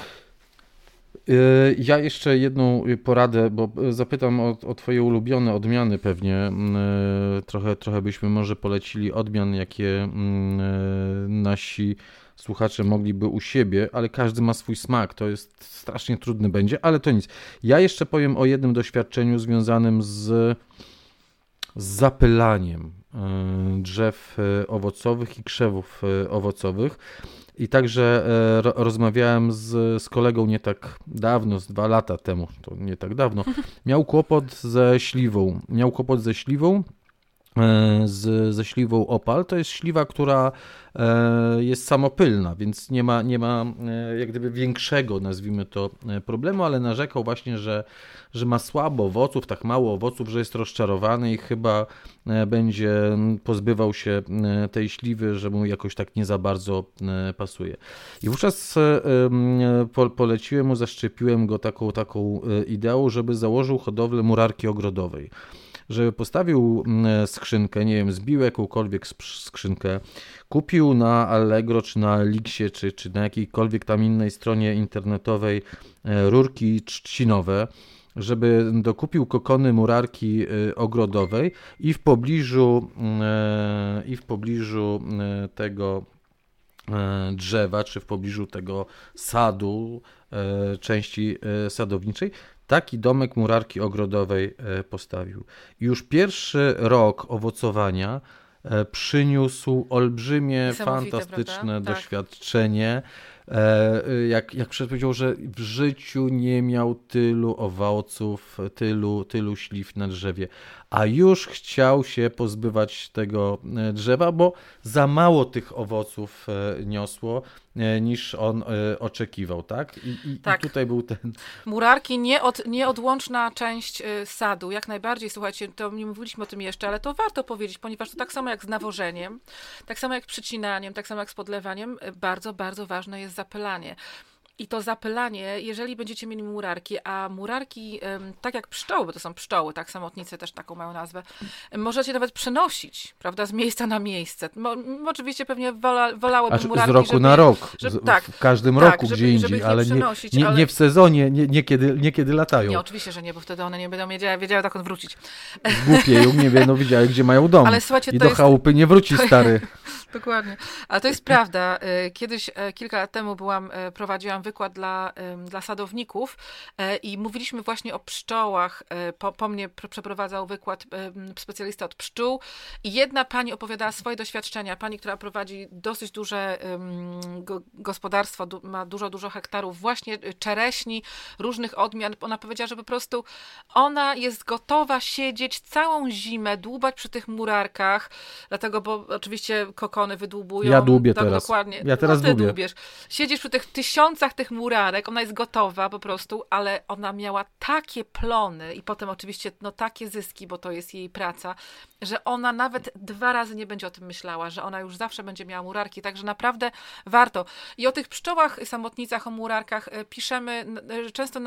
Ja jeszcze jedną poradę, bo zapytam o twoje ulubione odmiany pewnie. Trochę byśmy może polecili odmian, jakie nasi słuchacze mogliby u siebie, ale każdy ma swój smak. To jest strasznie trudny będzie, ale to nic. Ja jeszcze powiem o jednym doświadczeniu związanym z zapylaniem drzew owocowych i krzewów owocowych. I także rozmawiałem z kolegą nie tak dawno, z 2 lata temu, to nie tak dawno, miał kłopot ze śliwą. Ze śliwą opal. To jest śliwa, która jest samopylna, więc nie ma jak gdyby większego, nazwijmy to, problemu, ale narzekał właśnie, że ma słabo owoców, tak mało owoców, że jest rozczarowany i chyba będzie pozbywał się tej śliwy, że mu jakoś tak nie za bardzo pasuje. I wówczas poleciłem mu, zaszczepiłem go taką ideą, żeby założył hodowlę murarki ogrodowej. Żeby postawił skrzynkę, nie wiem, zbił jakąkolwiek skrzynkę, kupił na Allegro, czy na Elixie, czy na jakiejkolwiek tam innej stronie internetowej rurki trzcinowe, żeby dokupił kokony murarki ogrodowej i w pobliżu tego drzewa, czy w pobliżu tego sadu, części sadowniczej, taki domek murarki ogrodowej postawił. I już pierwszy rok owocowania przyniósł olbrzymie, fantastyczne doświadczenie. Jak powiedział, że w życiu nie miał tylu owoców, tylu śliw na drzewie, a już chciał się pozbywać tego drzewa, bo za mało tych owoców niosło, niż on oczekiwał, tak? Tak. I tutaj był ten... Murarki, nieodłączna część sadu, jak najbardziej, słuchajcie, to nie mówiliśmy o tym jeszcze, ale to warto powiedzieć, ponieważ to tak samo jak z nawożeniem, tak samo jak przycinaniem, tak samo jak z podlewaniem, bardzo, bardzo ważne jest zapylanie. I to zapylanie, jeżeli będziecie mieli murarki, a murarki, tak jak pszczoły, bo to są pszczoły, tak, samotnice też taką mają nazwę, możecie nawet przenosić, prawda, z miejsca na miejsce. Oczywiście pewnie wolałabym murarki, z roku na rok, tak, w każdym roku gdzie indziej, ale nie w sezonie, nie kiedy latają. Nie, oczywiście, że nie, bo wtedy one nie będą wiedziały dokąd wrócić. Głupie, nie wiem, widziały, gdzie mają dom. Ale słuchajcie, i do chałupy nie wróci stary. Dokładnie. Ale to jest prawda. Kiedyś, kilka lat temu prowadziłam wykład dla sadowników i mówiliśmy właśnie o pszczołach. Po mnie przeprowadzał wykład specjalista od pszczół i jedna pani opowiadała swoje doświadczenia. Pani, która prowadzi dosyć duże gospodarstwo, ma dużo hektarów właśnie czereśni, różnych odmian. Ona powiedziała, że po prostu ona jest gotowa siedzieć całą zimę, dłubać przy tych murarkach, dlatego, bo oczywiście kokony wydłubują. Ja dłubię tak, teraz. Dokładnie. Ja teraz dłubię. Dłubiesz. Siedzisz przy tych tysiącach tych murarek, ona jest gotowa po prostu, ale ona miała takie plony i potem oczywiście takie zyski, bo to jest jej praca, że ona nawet 2 razy nie będzie o tym myślała, że ona już zawsze będzie miała murarki, także naprawdę warto. I o tych pszczołach, samotnicach, o murarkach piszemy często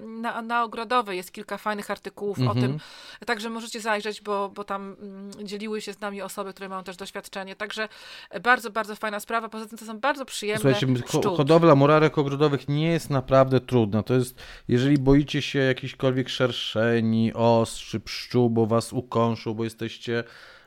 na Ogrodowej, jest kilka fajnych artykułów o tym, także możecie zajrzeć, bo tam dzieliły się z nami osoby, które mają też doświadczenie, także bardzo, bardzo fajna sprawa, poza tym to są bardzo przyjemne pszczółki. Hodowla murarek ogrodowych nie jest naprawdę trudna, to jest, jeżeli boicie się jakichkolwiek szerszeni, os czy pszczół, bo was ukąszą, bo jesteście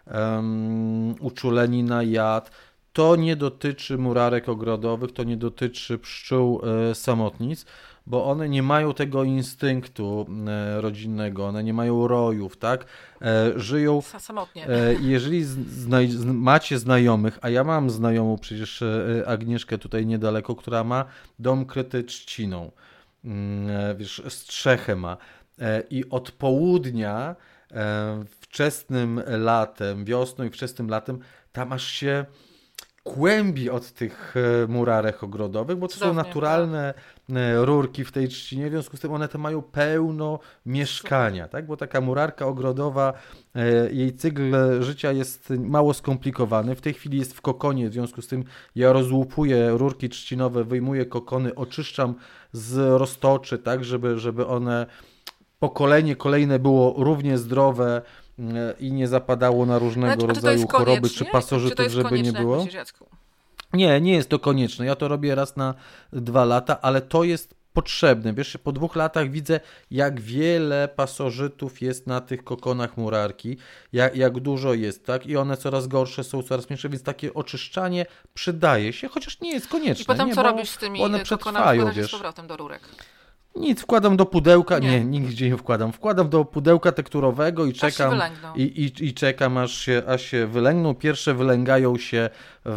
uczuleni na jad, to nie dotyczy murarek ogrodowych, to nie dotyczy pszczół samotnic, bo one nie mają tego instynktu rodzinnego, one nie mają rojów, tak? Żyją samotnie. Jeżeli macie znajomych, a ja mam znajomą przecież Agnieszkę tutaj niedaleko, która ma dom kryty trzciną, wiesz, strzechę ma i od południa wczesnym latem, wiosną i wczesnym latem tam aż się kłębi od tych murarek ogrodowych, bo to są naturalne rurki w tej trzcinie, w związku z tym one te mają pełno mieszkania, tak? Bo taka murarka ogrodowa, jej cykl życia jest mało skomplikowany. W tej chwili jest w kokonie, w związku z tym ja rozłupuję rurki trzcinowe, wyjmuję kokony, oczyszczam z roztoczy, tak? Żeby one pokolenie kolejne było równie zdrowe i nie zapadało na różnego rodzaju choroby czy pasożytów, żeby nie było. Nie jest to konieczne. Ja to robię raz na 2 lata, ale to jest potrzebne. Wiesz, po 2 latach widzę, jak wiele pasożytów jest na tych kokonach murarki, jak dużo jest, tak? I one coraz gorsze są, coraz mniejsze, więc takie oczyszczanie przydaje się, chociaż nie jest konieczne. I potem co robisz z tymi kokonami? Wkładasz z powrotem do rurek. Nic, wkładam do pudełka, nigdzie nie wkładam. Wkładam do pudełka tekturowego i czekam, i czekam aż się wylęgną. Pierwsze wylęgają się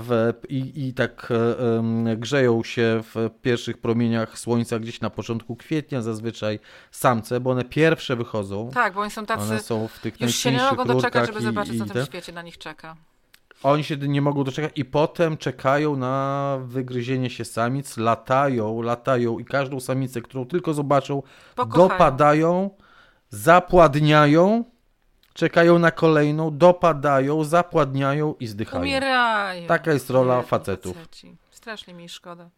i tak grzeją się w pierwszych promieniach słońca gdzieś na początku kwietnia, zazwyczaj samce, bo one pierwsze wychodzą. Tak, bo oni są tacy, one są w tych już się nie mogą doczekać, żeby zobaczyć, co w tym świecie na nich czeka. Oni się nie mogą doczekać i potem czekają na wygryzienie się samic, latają i każdą samicę, którą tylko zobaczą, dopadają, zapładniają, czekają na kolejną, dopadają, zapładniają i zdychają. Umierają. Taka jest rola facetów. Strasznie mi szkoda.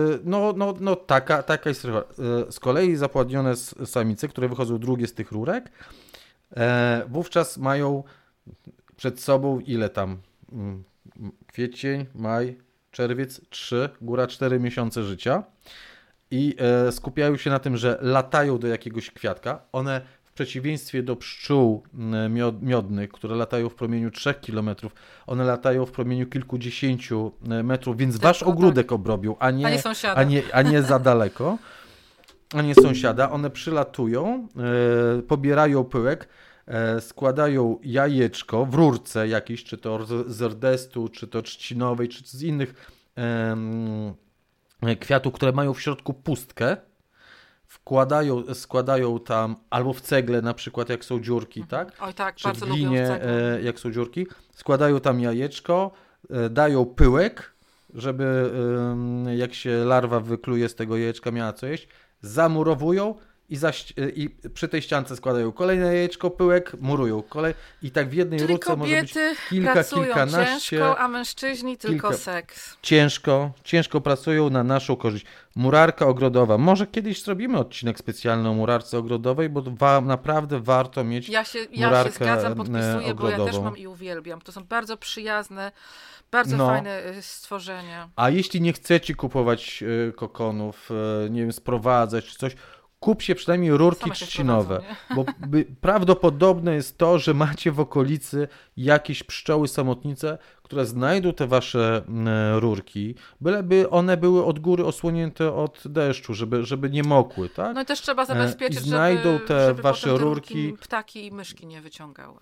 Taka jest rola. Z kolei zapładnione samice, które wychodzą drugie z tych rurek, wówczas mają przed sobą ile tam? Kwiecień, maj, czerwiec, 3, góra 4 miesiące życia i skupiają się na tym, że latają do jakiegoś kwiatka. One w przeciwieństwie do pszczół miodnych, które latają w promieniu 3 km, one latają w promieniu kilkudziesięciu metrów, więc wasz ogródek obrobią, a nie za daleko. A nie sąsiada. One przylatują, pobierają pyłek, składają jajeczko w rurce jakiejś, czy to z ordestu, czy to trzcinowej, czy z innych kwiatów, które mają w środku pustkę. Składają tam albo w cegle na przykład, jak są dziurki, tak? Oj tak, czy bardzo w glinie, lubię w cegle. jak są dziurki. Składają tam jajeczko, dają pyłek, żeby jak się larwa wykluje z tego jajeczka, miała co jeść. Zamurowują i przy tej ściance składają kolejne jajeczko, pyłek, murują i tak w jednej Czyli rurce może być kilkanaście. Ciężko, a mężczyźni tylko seks. Ciężko pracują na naszą korzyść. Murarka ogrodowa. Może kiedyś zrobimy odcinek specjalny o murarce ogrodowej, bo naprawdę warto mieć Ja się zgadzam, podpisuję, ogrodową. bo ja też mam i uwielbiam. To są bardzo przyjazne, bardzo fajne stworzenia. A jeśli nie chcecie kupować kokonów, nie wiem, sprowadzać czy coś, kupcie przynajmniej rurki trzcinowe, bo prawdopodobne jest to, że macie w okolicy jakieś pszczoły samotnice, które znajdą te wasze rurki, byleby one były od góry osłonięte od deszczu, żeby nie mokły, tak? No i też trzeba zabezpieczyć, i znajdą żeby wasze rurki, ptaki i myszki nie wyciągały.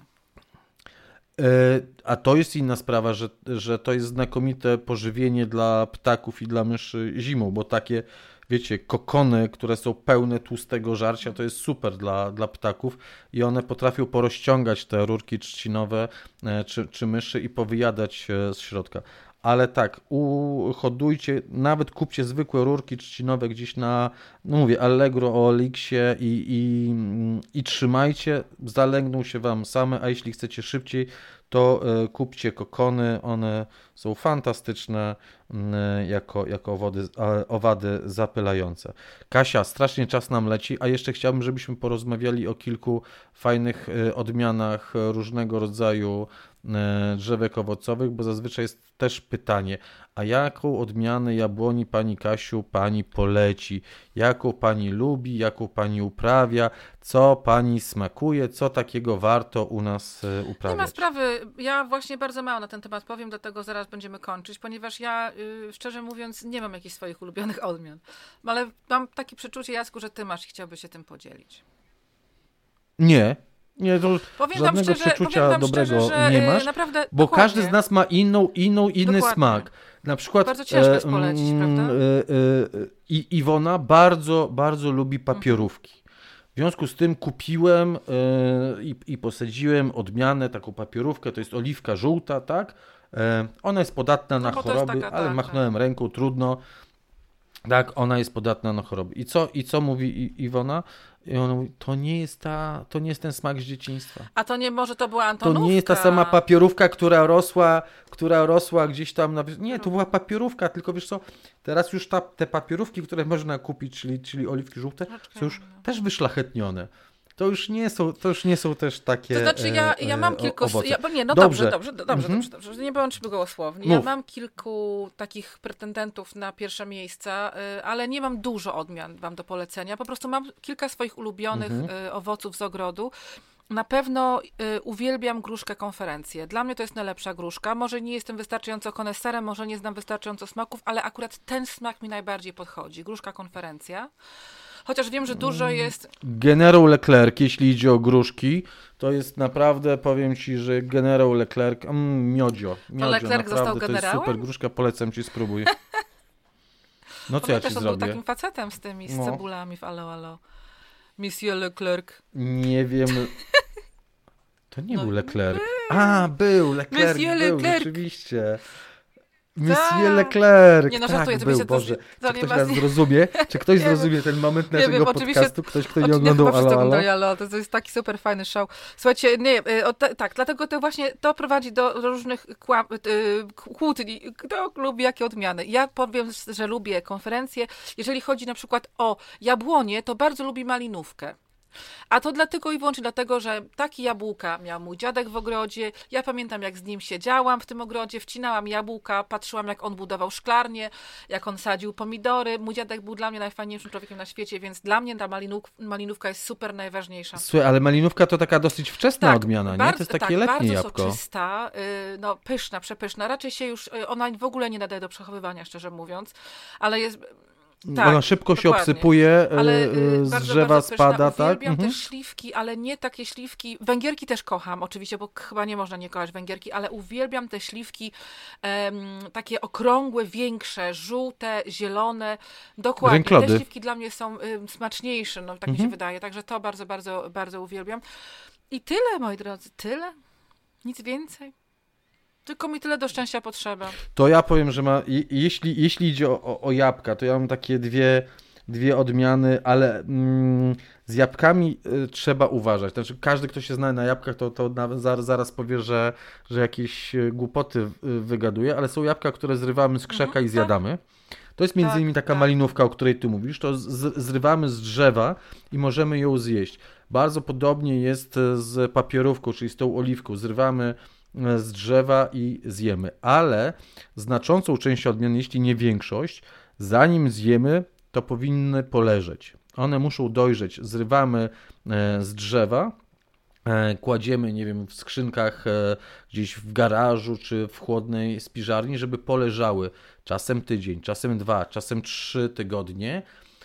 A to jest inna sprawa, że to jest znakomite pożywienie dla ptaków i dla myszy zimą, bo takie, wiecie, kokony, które są pełne tłustego żarcia, to jest super dla ptaków i one potrafią porozciągać te rurki trzcinowe czy myszy i powyjadać z środka. Ale tak, hodujcie, nawet kupcie zwykłe rurki trzcinowe gdzieś na, no mówię, Allegro, OLX-ie i trzymajcie, zalęgną się wam same, a jeśli chcecie szybciej, to kupcie kokony, one są fantastyczne jako owady zapylające. Kasia, strasznie czas nam leci, a jeszcze chciałbym, żebyśmy porozmawiali o kilku fajnych odmianach różnego rodzaju drzewek owocowych, bo zazwyczaj jest też pytanie, a jaką odmianę jabłoni pani Kasiu pani poleci? Jaką pani lubi, jaką pani uprawia? Co pani smakuje? Co takiego warto u nas uprawiać? Nie ma sprawy. Ja właśnie bardzo mało na ten temat powiem, dlatego zaraz będziemy kończyć, ponieważ ja, szczerze mówiąc, nie mam jakichś swoich ulubionych odmian. Ale mam takie przeczucie, Jacku, że ty masz i chciałbyś się tym podzielić. Nie, to powiem żadnego przeczucia dobrego szczerze, nie masz, naprawdę, bo dokładnie. każdy z nas ma inny smak. Na przykład bardzo ciężko jest polecić, prawda? Iwona bardzo, bardzo lubi papierówki. W związku z tym kupiłem i posadziłem odmianę, taką papierówkę, to jest oliwka żółta, tak? Ona jest podatna na choroby, ale machnąłem ręką, trudno. Tak, ona jest podatna na choroby. I co mówi Iwona? I ona mówi, to nie jest ten smak z dzieciństwa. A to nie może to była Antonówka? To nie jest ta sama papierówka, która rosła gdzieś tam na... Nie, to była papierówka, tylko wiesz co, teraz już te papierówki, które można kupić, czyli oliwki żółte, są już też wyszlachetnione. To już nie są też takie To znaczy ja mam kilku... owoce. Dobrze, nie bądźmy gołosłowni. Ja mam kilku takich pretendentów na pierwsze miejsca, ale nie mam dużo odmian wam do polecenia. Po prostu mam kilka swoich ulubionych owoców z ogrodu. Na pewno uwielbiam gruszkę konferencję. Dla mnie to jest najlepsza gruszka. Może nie jestem wystarczająco koneserem, może nie znam wystarczająco smaków, ale akurat ten smak mi najbardziej podchodzi. Gruszka konferencja. Chociaż wiem, że dużo jest... Generał Leclerc, jeśli idzie o gruszki, to jest naprawdę, powiem ci, że generał Leclerc, miodzio, Leclerc został generałem? To jest super gruszka, polecam ci, spróbuj. No co ja ci zrobię? On był takim facetem z cebulami w Alo. Monsieur Leclerc. Nie wiem... To nie był Leclerc. Był Leclerc, rzeczywiście. Monsieur Leclerc. Nie, no żartuję, tak, był, Boże. Czy ktoś nas zrozumie? Czy ktoś zrozumie ten moment naszego podcastu? Ktoś, kto nie oglądał Alo? To jest taki super fajny show. Słuchajcie, tak, dlatego to prowadzi do różnych kłótni. Kto lubi jakie odmiany? Ja powiem, że lubię konferencje. Jeżeli chodzi na przykład o jabłonie, to bardzo lubię malinówkę. A to tylko i wyłącznie dlatego, że takie jabłka miał mój dziadek w ogrodzie. Ja pamiętam, jak z nim siedziałam w tym ogrodzie, wcinałam jabłka, patrzyłam, jak on budował szklarnię, jak on sadził pomidory. Mój dziadek był dla mnie najfajniejszym człowiekiem na świecie, więc dla mnie ta malinówka jest super najważniejsza. Słuchaj, ale malinówka to taka dosyć wczesna odmiana, nie? To jest takie letnie bardzo jabłko. soczysta, no pyszna, przepyszna. Raczej się już, ona w ogóle nie nadaje do przechowywania, szczerze mówiąc, ale jest... Tak, ona szybko dokładnie. się obsypuje, ale, z bardzo, drzewa bardzo spada, pyszna. Uwielbiam tak? też śliwki, ale nie takie śliwki. Węgierki też kocham, oczywiście, bo chyba nie można nie kochać węgierki, ale uwielbiam te śliwki takie okrągłe, większe, żółte, zielone. Dokładnie. Rynklody. Te śliwki dla mnie są smaczniejsze, no tak mi się wydaje. Także to bardzo, bardzo, bardzo uwielbiam. I tyle, moi drodzy, tyle. Nic więcej. Tylko mi tyle do szczęścia potrzeba. To ja powiem, że jeśli idzie o jabłka, to ja mam takie dwie odmiany, ale z jabłkami trzeba uważać. Znaczy, każdy, kto się zna na jabłkach, to nawet zaraz powie, że jakieś głupoty wygaduje, ale są jabłka, które zrywamy z krzaka i zjadamy. To jest między innymi taka malinówka, o której ty mówisz. To zrywamy z drzewa i możemy ją zjeść. Bardzo podobnie jest z papierówką, czyli z tą oliwką. Zrywamy z drzewa i zjemy, ale znaczącą część odmian, jeśli nie większość, zanim zjemy, to powinny poleżeć. One muszą dojrzeć. Zrywamy z drzewa, kładziemy, nie wiem, w skrzynkach gdzieś w garażu czy w chłodnej spiżarni, żeby poleżały czasem tydzień, czasem 2, czasem 3 tygodnie.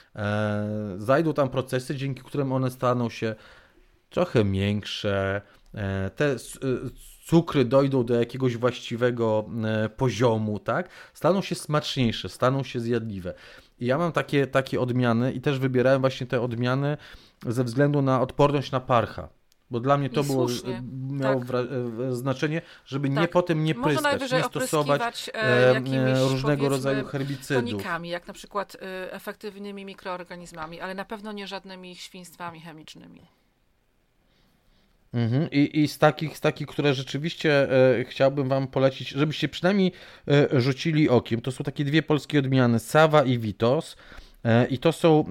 Zajdą tam procesy, dzięki którym one staną się trochę miększe. Te cukry dojdą do jakiegoś właściwego poziomu, tak? Staną się smaczniejsze, staną się zjadliwe. I ja mam takie odmiany i też wybierałem właśnie te odmiany ze względu na odporność na parcha. Bo dla mnie to miało znaczenie, żeby potem nie pryskać, nie stosować różnego rodzaju herbicydów. Tonikami, jak na przykład efektywnymi mikroorganizmami, ale na pewno nie żadnymi świństwami chemicznymi. I z takich, które rzeczywiście chciałbym wam polecić, żebyście przynajmniej rzucili okiem, to są takie dwie polskie odmiany, Sawa i Vitos. I to są,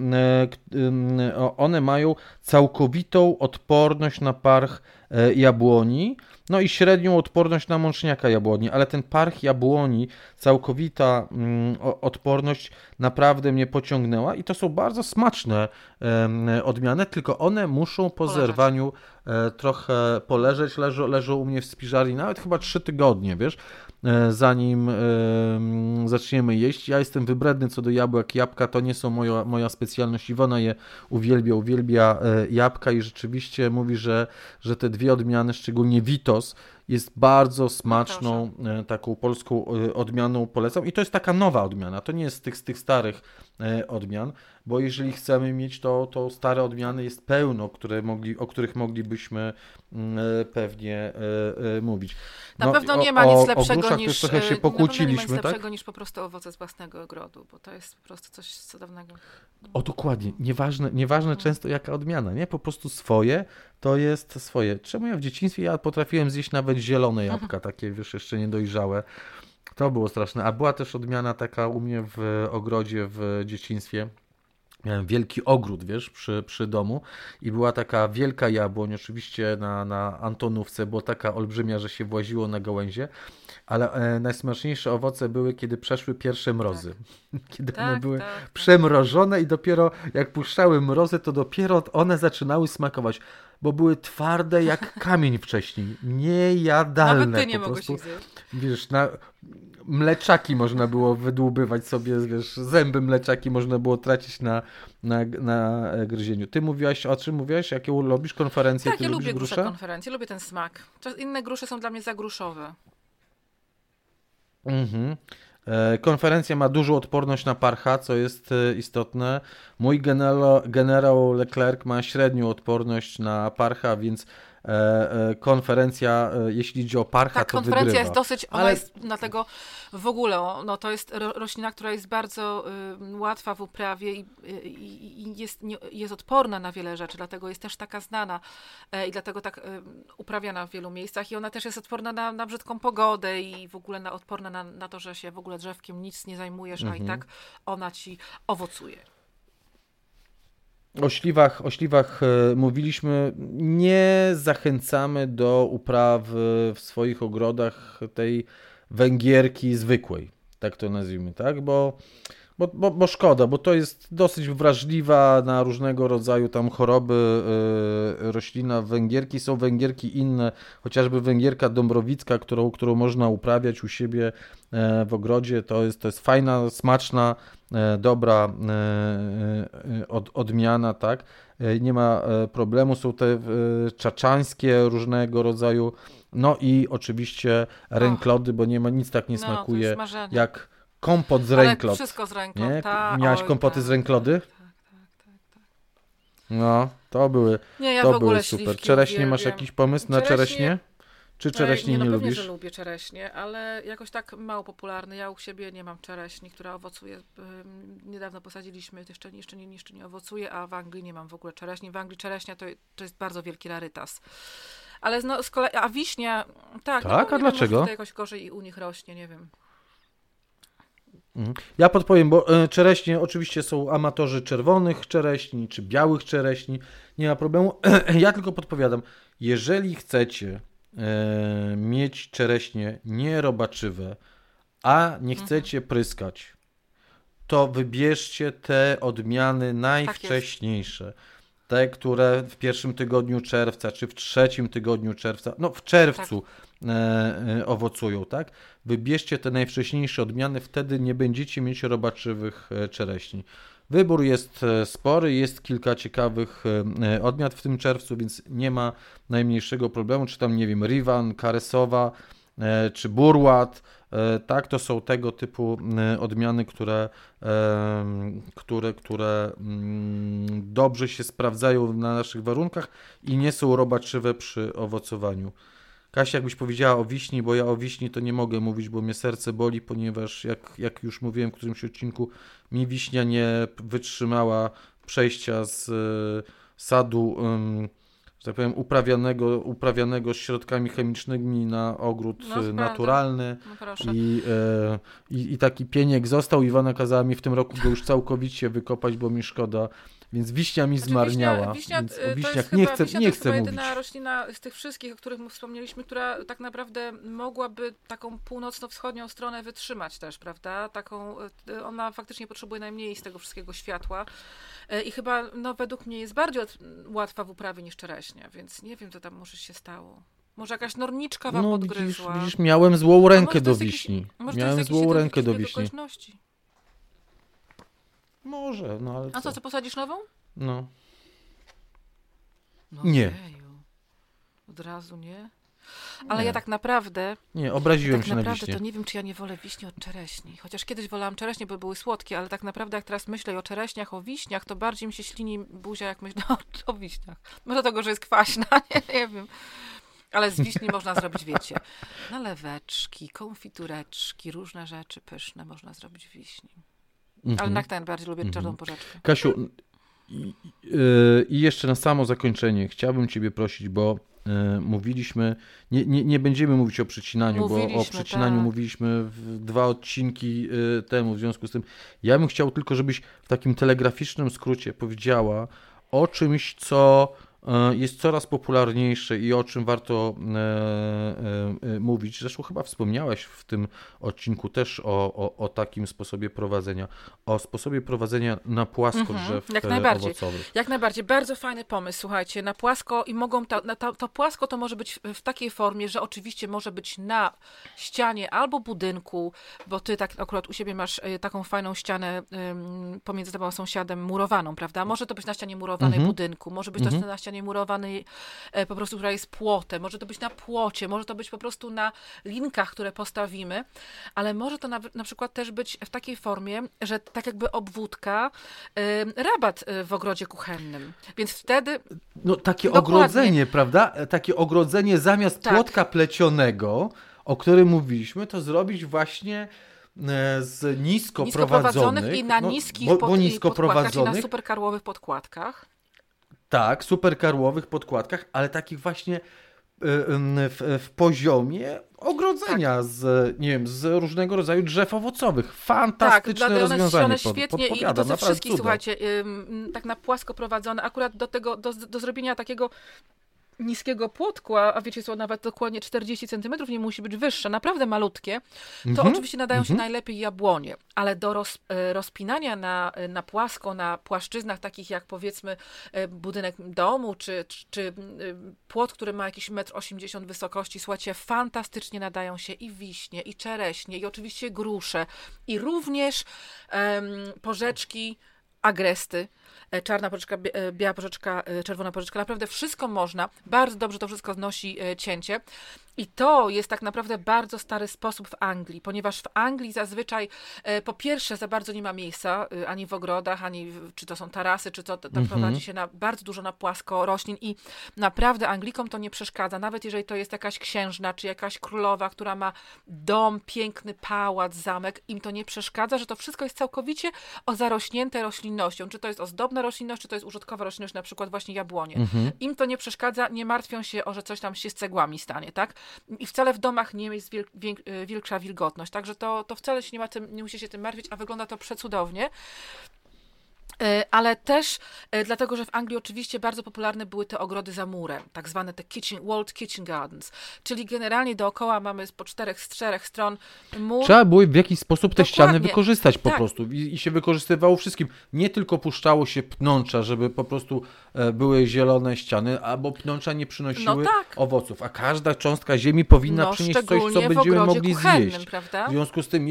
one mają całkowitą odporność na parch jabłoni, no i średnią odporność na mączniaka jabłoni, ale ten parch jabłoni, całkowita odporność naprawdę mnie pociągnęła i to są bardzo smaczne odmiany, tylko one muszą po zerwaniu trochę poleżeć, leżą u mnie w spiżarni nawet chyba 3 tygodnie, wiesz, zanim zaczniemy jeść. Ja jestem wybredny co do jabłek. Jabłka to nie są moja specjalność. Iwona je uwielbia jabłka i rzeczywiście mówi, że te dwie odmiany, szczególnie Vitos, jest bardzo smaczną, taką polską odmianą, polecam. I to jest taka nowa odmiana, to nie jest z tych starych odmian, bo jeżeli chcemy mieć to stare odmiany jest pełno, o których moglibyśmy pewnie mówić. Na pewno nie ma nic lepszego niż trochę się pokłóciliśmy, lepszego niż po prostu owoce z własnego ogrodu, bo to jest po prostu coś cudownego. O, dokładnie. Nieważne często jaka odmiana, nie? Po prostu swoje to jest swoje. Czemu ja w dzieciństwie potrafiłem zjeść nawet zielone jabłka, takie, wiesz, jeszcze niedojrzałe. To było straszne. A była też odmiana taka u mnie w ogrodzie w dzieciństwie. Miałem wielki ogród, wiesz, przy domu i była taka wielka jabłoń, oczywiście na Antonówce, była taka olbrzymia, że się właziło na gałęzie, ale najsmaczniejsze owoce były, kiedy przeszły pierwsze mrozy. Kiedy one były przemrożone i dopiero jak puszczały mrozy, to dopiero one zaczynały smakować, bo były twarde jak kamień wcześniej, niejadalne. Nawet ty nie po mogłeś prostu. ich zjeść. Wiesz, mleczaki można było wydłubywać sobie, wiesz, zęby mleczaki można było tracić na gryzieniu. Ty mówiłaś, o czym mówiłaś? Jakie lubisz konferencje? Tak, ty ja lubisz lubię grusze? konferencje, lubię ten smak. Inne grusze są dla mnie za gruszowe. Konferencja ma dużą odporność na parcha, co jest istotne. Mój generał Leclerc ma średnią odporność na parcha, więc konferencja, jeśli idzie o parcha, to wygrywa. Konferencja jest dosyć, ona jest dlatego w ogóle, no to jest roślina, która jest bardzo łatwa w uprawie i jest odporna na wiele rzeczy, dlatego jest też taka znana i dlatego tak uprawiana w wielu miejscach i ona też jest odporna na brzydką pogodę i w ogóle odporna na to, że się w ogóle drzewkiem nic nie zajmujesz, a i tak ona ci owocuje. O śliwach mówiliśmy, nie zachęcamy do uprawy w swoich ogrodach tej węgierki zwykłej, tak to nazwijmy, tak? Bo szkoda, bo to jest dosyć wrażliwa na różnego rodzaju tam choroby roślina. Węgierki są węgierki inne, chociażby węgierka dąbrowicka, którą można uprawiać u siebie w ogrodzie. To jest fajna, smaczna, dobra odmiana, tak? Nie ma problemu. Są te czaczańskie różnego rodzaju, no i oczywiście ręklody, bo nie ma nic tak nie smakuje jak kompot z ręklot. Ale wszystko z ręklot, nie? Miałaś kompoty z ręklody? Tak. No, to były, nie, ja to w ogóle były super. Czereśnie, masz jakiś pomysł na czereśnie? Czy czereśnie nie lubisz? Pewnie, że lubię czereśnie, ale jakoś tak mało popularny. Ja u siebie nie mam czereśni, która owocuje. Niedawno posadziliśmy, jeszcze nie owocuje, a w Anglii nie mam w ogóle czereśni. W Anglii czereśnia to jest bardzo wielki rarytas. Ale z kolei, a wiśnia, tak, a dlaczego? Może to jakoś gorzej i u nich rośnie, nie wiem. Ja podpowiem, bo czereśnie oczywiście są amatorzy czerwonych czereśni czy białych czereśni, nie ma problemu. Ja tylko podpowiadam, jeżeli chcecie mieć czereśnie nierobaczywe, a nie chcecie pryskać, to wybierzcie te odmiany najwcześniejsze. Te, które w pierwszym tygodniu czerwca, czy w trzecim tygodniu czerwca, no w czerwcu owocują, tak? Wybierzcie te najwcześniejsze odmiany, wtedy nie będziecie mieć robaczywych czereśni. Wybór jest spory, jest kilka ciekawych odmian w tym czerwcu, więc nie ma najmniejszego problemu, czy tam, nie wiem, Rivan, Karesowa, czy Burłat, tak, to są tego typu odmiany, które dobrze się sprawdzają na naszych warunkach i nie są robaczywe przy owocowaniu. Kasia, jakbyś powiedziała o wiśni, bo ja o wiśni to nie mogę mówić, bo mnie serce boli, ponieważ jak już mówiłem w którymś odcinku, mi wiśnia nie wytrzymała przejścia z sadu, że tak powiem, uprawianego środkami chemicznymi na ogród naturalny. I taki pieniek został. Iwana kazała mi w tym roku go już całkowicie wykopać, bo mi szkoda. Więc wiśnia mi zmarniała. Więc o wiśniach nie chcę mówić. To jest jedyna roślina z tych wszystkich, o których wspomnieliśmy, która tak naprawdę mogłaby taką północno-wschodnią stronę wytrzymać też, prawda? Ona faktycznie potrzebuje najmniej z tego wszystkiego światła i chyba, według mnie jest bardziej łatwa w uprawie niż czereśnia, więc nie wiem, co tam może się stało. Może jakaś norniczka wam podgryzła. Widzisz, miałem złą rękę do wiśni. Miałem złą rękę do wiśni. Może, ale a co posadzisz nową? No. Nie. Jeju. Od razu nie? Ale ja tak naprawdę... Nie, obraziłem się na wiśnie. Tak naprawdę to nie wiem, czy ja nie wolę wiśni od czereśni. Chociaż kiedyś wolałam czereśnie, bo były słodkie, ale tak naprawdę jak teraz myślę o czereśniach, o wiśniach, to bardziej mi się ślini buzia, jak myślę o wiśniach. Może dlatego, że jest kwaśna, nie wiem. Ale z wiśni można zrobić, wiecie, naleweczki, konfitureczki, różne rzeczy pyszne można zrobić w wiśni. Ale najbardziej lubię czarną porzeczkę. Kasiu, i jeszcze na samo zakończenie chciałbym Ciebie prosić, bo mówiliśmy, nie będziemy mówić o przecinaniu, bo o przecinaniu mówiliśmy 2 odcinki temu, w związku z tym ja bym chciał tylko, żebyś w takim telegraficznym skrócie powiedziała o czymś, co jest coraz popularniejsze i o czym warto mówić. Zresztą chyba wspomniałeś w tym odcinku też o takim sposobie prowadzenia. O sposobie prowadzenia na płasko drzew owocowych. Jak najbardziej. Bardzo fajny pomysł, słuchajcie. Na płasko i mogą to płasko to może być w takiej formie, że oczywiście może być na ścianie albo budynku, bo ty tak akurat u siebie masz taką fajną ścianę pomiędzy tobą a sąsiadem murowaną, prawda? Może to być na ścianie murowanej budynku, może być to na ścianie murowanej po prostu, która jest płotem, może to być na płocie, może to być po prostu na linkach, które postawimy, ale może to na przykład też być w takiej formie, że tak jakby obwódka, rabat w ogrodzie kuchennym. Więc wtedy... No takie ogrodzenie, prawda? Takie ogrodzenie zamiast płotka plecionego, o którym mówiliśmy, to zrobić właśnie z nisko prowadzonych i na niskich podkładkach, czyli na superkarłowych podkładkach. Tak, superkarłowych podkładkach, ale takich właśnie w poziomie ogrodzenia z, nie wiem, z różnego rodzaju drzew owocowych. Fantastyczne rozwiązanie. One świetnie i to ze wszystkich, cudo. słuchajcie, tak na płasko prowadzone, akurat do tego, do zrobienia takiego niskiego płotku, a wiecie co, nawet dokładnie 40 cm nie musi być wyższe, naprawdę malutkie, to oczywiście nadają się najlepiej jabłonie, ale do rozpinania na płasko, na płaszczyznach takich jak powiedzmy budynek domu, czy płot, który ma jakiś 1,80 m wysokości, słuchajcie, fantastycznie nadają się i wiśnie, i czereśnie, i oczywiście grusze, i również porzeczki, agresty, czarna porzeczka, biała porzeczka, czerwona porzeczka, naprawdę wszystko można, bardzo dobrze to wszystko znosi cięcie i to jest tak naprawdę bardzo stary sposób w Anglii, ponieważ w Anglii zazwyczaj po pierwsze za bardzo nie ma miejsca, ani w ogrodach, ani czy to są tarasy, czy to prowadzi się bardzo dużo na płasko roślin i naprawdę Anglikom to nie przeszkadza, nawet jeżeli to jest jakaś księżna, czy jakaś królowa, która ma dom, piękny pałac, zamek, im to nie przeszkadza, że to wszystko jest całkowicie zarośnięte roślinnością, czy to jest ozdobna roślinność, czy to jest użytkowa roślinność, na przykład właśnie jabłonie. Im to nie przeszkadza, nie martwią się że coś tam się z cegłami stanie, tak? I wcale w domach nie jest większa wilgotność, także to wcale się nie musi się tym martwić, a wygląda to przecudownie. Ale też dlatego, że w Anglii oczywiście bardzo popularne były te ogrody za murem, tak zwane te walled kitchen gardens, czyli generalnie dookoła mamy z czterech stron mur. Trzeba było w jakiś sposób te ściany wykorzystać po tak. prostu i się wykorzystywało wszystkim. Nie tylko puszczało się pnącza, żeby po prostu były zielone ściany, albo pnącza nie przynosiły owoców, a każda cząstka ziemi powinna przynieść coś, co będziemy mogli zjeść. Prawda? W związku z tym,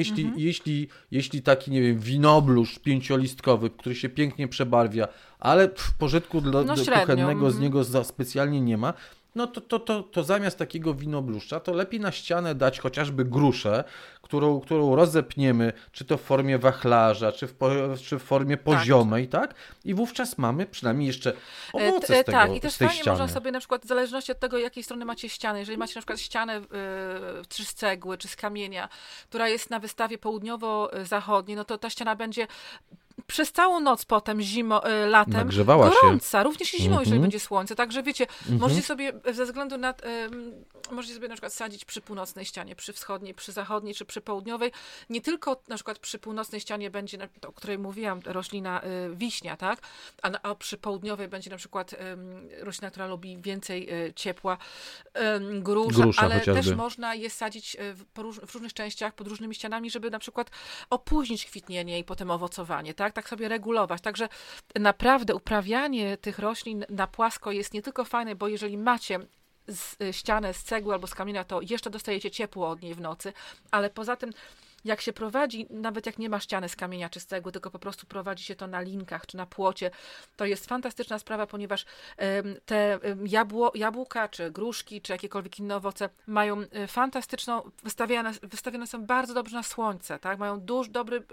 jeśli taki, nie wiem, winoblusz pięciolistkowy, który się pięknie przebarwia, ale pożytku kuchennego z niego specjalnie nie ma, no to zamiast takiego winobluszcza, to lepiej na ścianę dać chociażby gruszę, którą rozepniemy, czy to w formie wachlarza, czy w formie poziomej, tak? I wówczas mamy przynajmniej jeszcze owoce z tego, tak, i też z tej fajnie ściany. można sobie na przykład, w zależności od tego, jakiej strony macie ściany, jeżeli macie na przykład ścianę czy z cegły, czy z kamienia, która jest na wystawie południowo-zachodniej, no to ta ściana będzie przez całą noc potem, latem, nagrzewała gorąca, się. również i zimą, jeżeli będzie słońce. Także wiecie, możecie sobie ze względu na, możecie sobie na przykład sadzić przy północnej ścianie, przy wschodniej, przy zachodniej, czy przy południowej. Nie tylko na przykład przy północnej ścianie będzie, o której mówiłam, roślina wiśnia, tak? A przy południowej będzie na przykład roślina, która lubi więcej ciepła, grusza, ale chociażby. też można je sadzić w różnych częściach, pod różnymi ścianami, żeby na przykład opóźnić kwitnienie i potem owocowanie, tak sobie regulować. Także naprawdę uprawianie tych roślin na płasko jest nie tylko fajne, bo jeżeli macie ścianę z cegły albo z kamienia, to jeszcze dostajecie ciepło od niej w nocy, ale poza tym jak się prowadzi, nawet jak nie ma ściany z kamienia czy z cegły, tylko po prostu prowadzi się to na linkach czy na płocie, to jest fantastyczna sprawa, ponieważ te jabłka, czy gruszki, czy jakiekolwiek inne owoce mają fantastyczną, wystawione są bardzo dobrze na słońce, tak? Mają dobry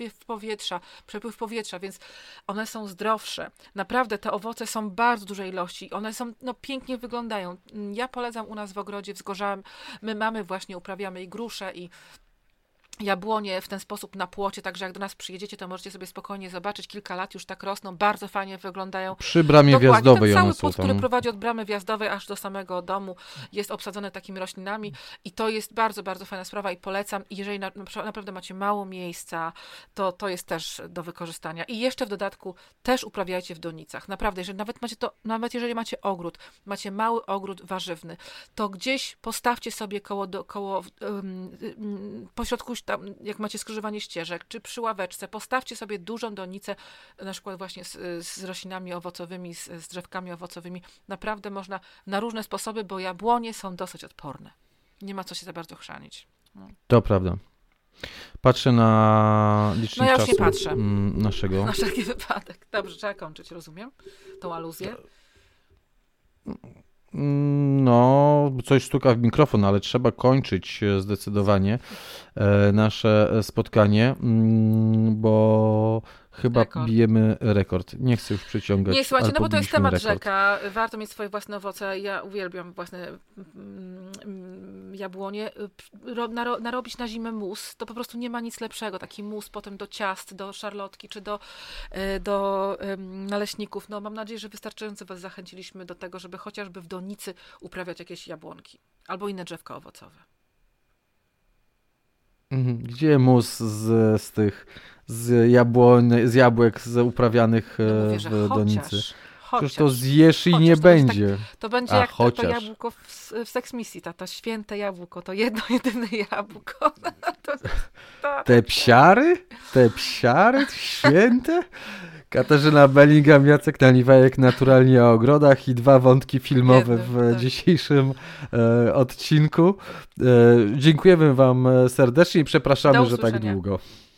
przepływ powietrza, więc one są zdrowsze. Naprawdę te owoce są bardzo dużej ilości, one są, pięknie wyglądają. Ja polecam u nas w ogrodzie wzgorzałym, my uprawiamy i grusze, i jabłonie w ten sposób na płocie, także jak do nas przyjedziecie, to możecie sobie spokojnie zobaczyć, kilka lat już tak rosną, bardzo fajnie wyglądają. Przy bramie wjazdowej ten cały płot, który prowadzi od bramy wjazdowej aż do samego domu, jest obsadzony takimi roślinami i to jest bardzo, bardzo fajna sprawa i polecam. I jeżeli naprawdę macie mało miejsca, to jest też do wykorzystania. I jeszcze w dodatku też uprawiajcie w donicach. Naprawdę, jeżeli nawet jeżeli macie ogród, macie mały ogród warzywny, to gdzieś postawcie sobie koło pośrodku tam, jak macie skrzyżowanie ścieżek, czy przy ławeczce, postawcie sobie dużą donicę, na przykład właśnie z roślinami owocowymi, z drzewkami owocowymi. Naprawdę można na różne sposoby, bo jabłonie są dosyć odporne. Nie ma co się za bardzo chrzanić. To prawda. Patrzę na licznik czasu. Ja już nie patrzę. Naszego. Na wszelki wypadek. Dobrze, trzeba kończyć, rozumiem? Tą aluzję. Coś stuka w mikrofon, ale trzeba kończyć zdecydowanie nasze spotkanie, bo bo chyba bijemy rekord. Nie chcę już przyciągać. Nie, słuchajcie, no bo to jest temat rekord. rzeka. Warto mieć swoje własne owoce. Ja uwielbiam własne jabłonie. Narobić na zimę mus, to po prostu nie ma nic lepszego. Taki mus potem do ciast, do szarlotki, czy do naleśników. No mam nadzieję, że wystarczająco was zachęciliśmy do tego, żeby chociażby w donicy uprawiać jakieś jabłonki. Albo inne drzewka owocowe. Gdzie mus z jabłek uprawianych w donicy? Przecież to zjesz i nie będzie. To będzie jak to jabłko w Sex Misji, to święte jabłko, to jedno, jedyne jabłko. Te psiary święte? Katarzyna Bellingham, Jacek Naliwajek, Naturalnie o ogrodach i 2 wątki filmowe w dzisiejszym odcinku. Dziękujemy wam serdecznie i przepraszamy, że tak długo.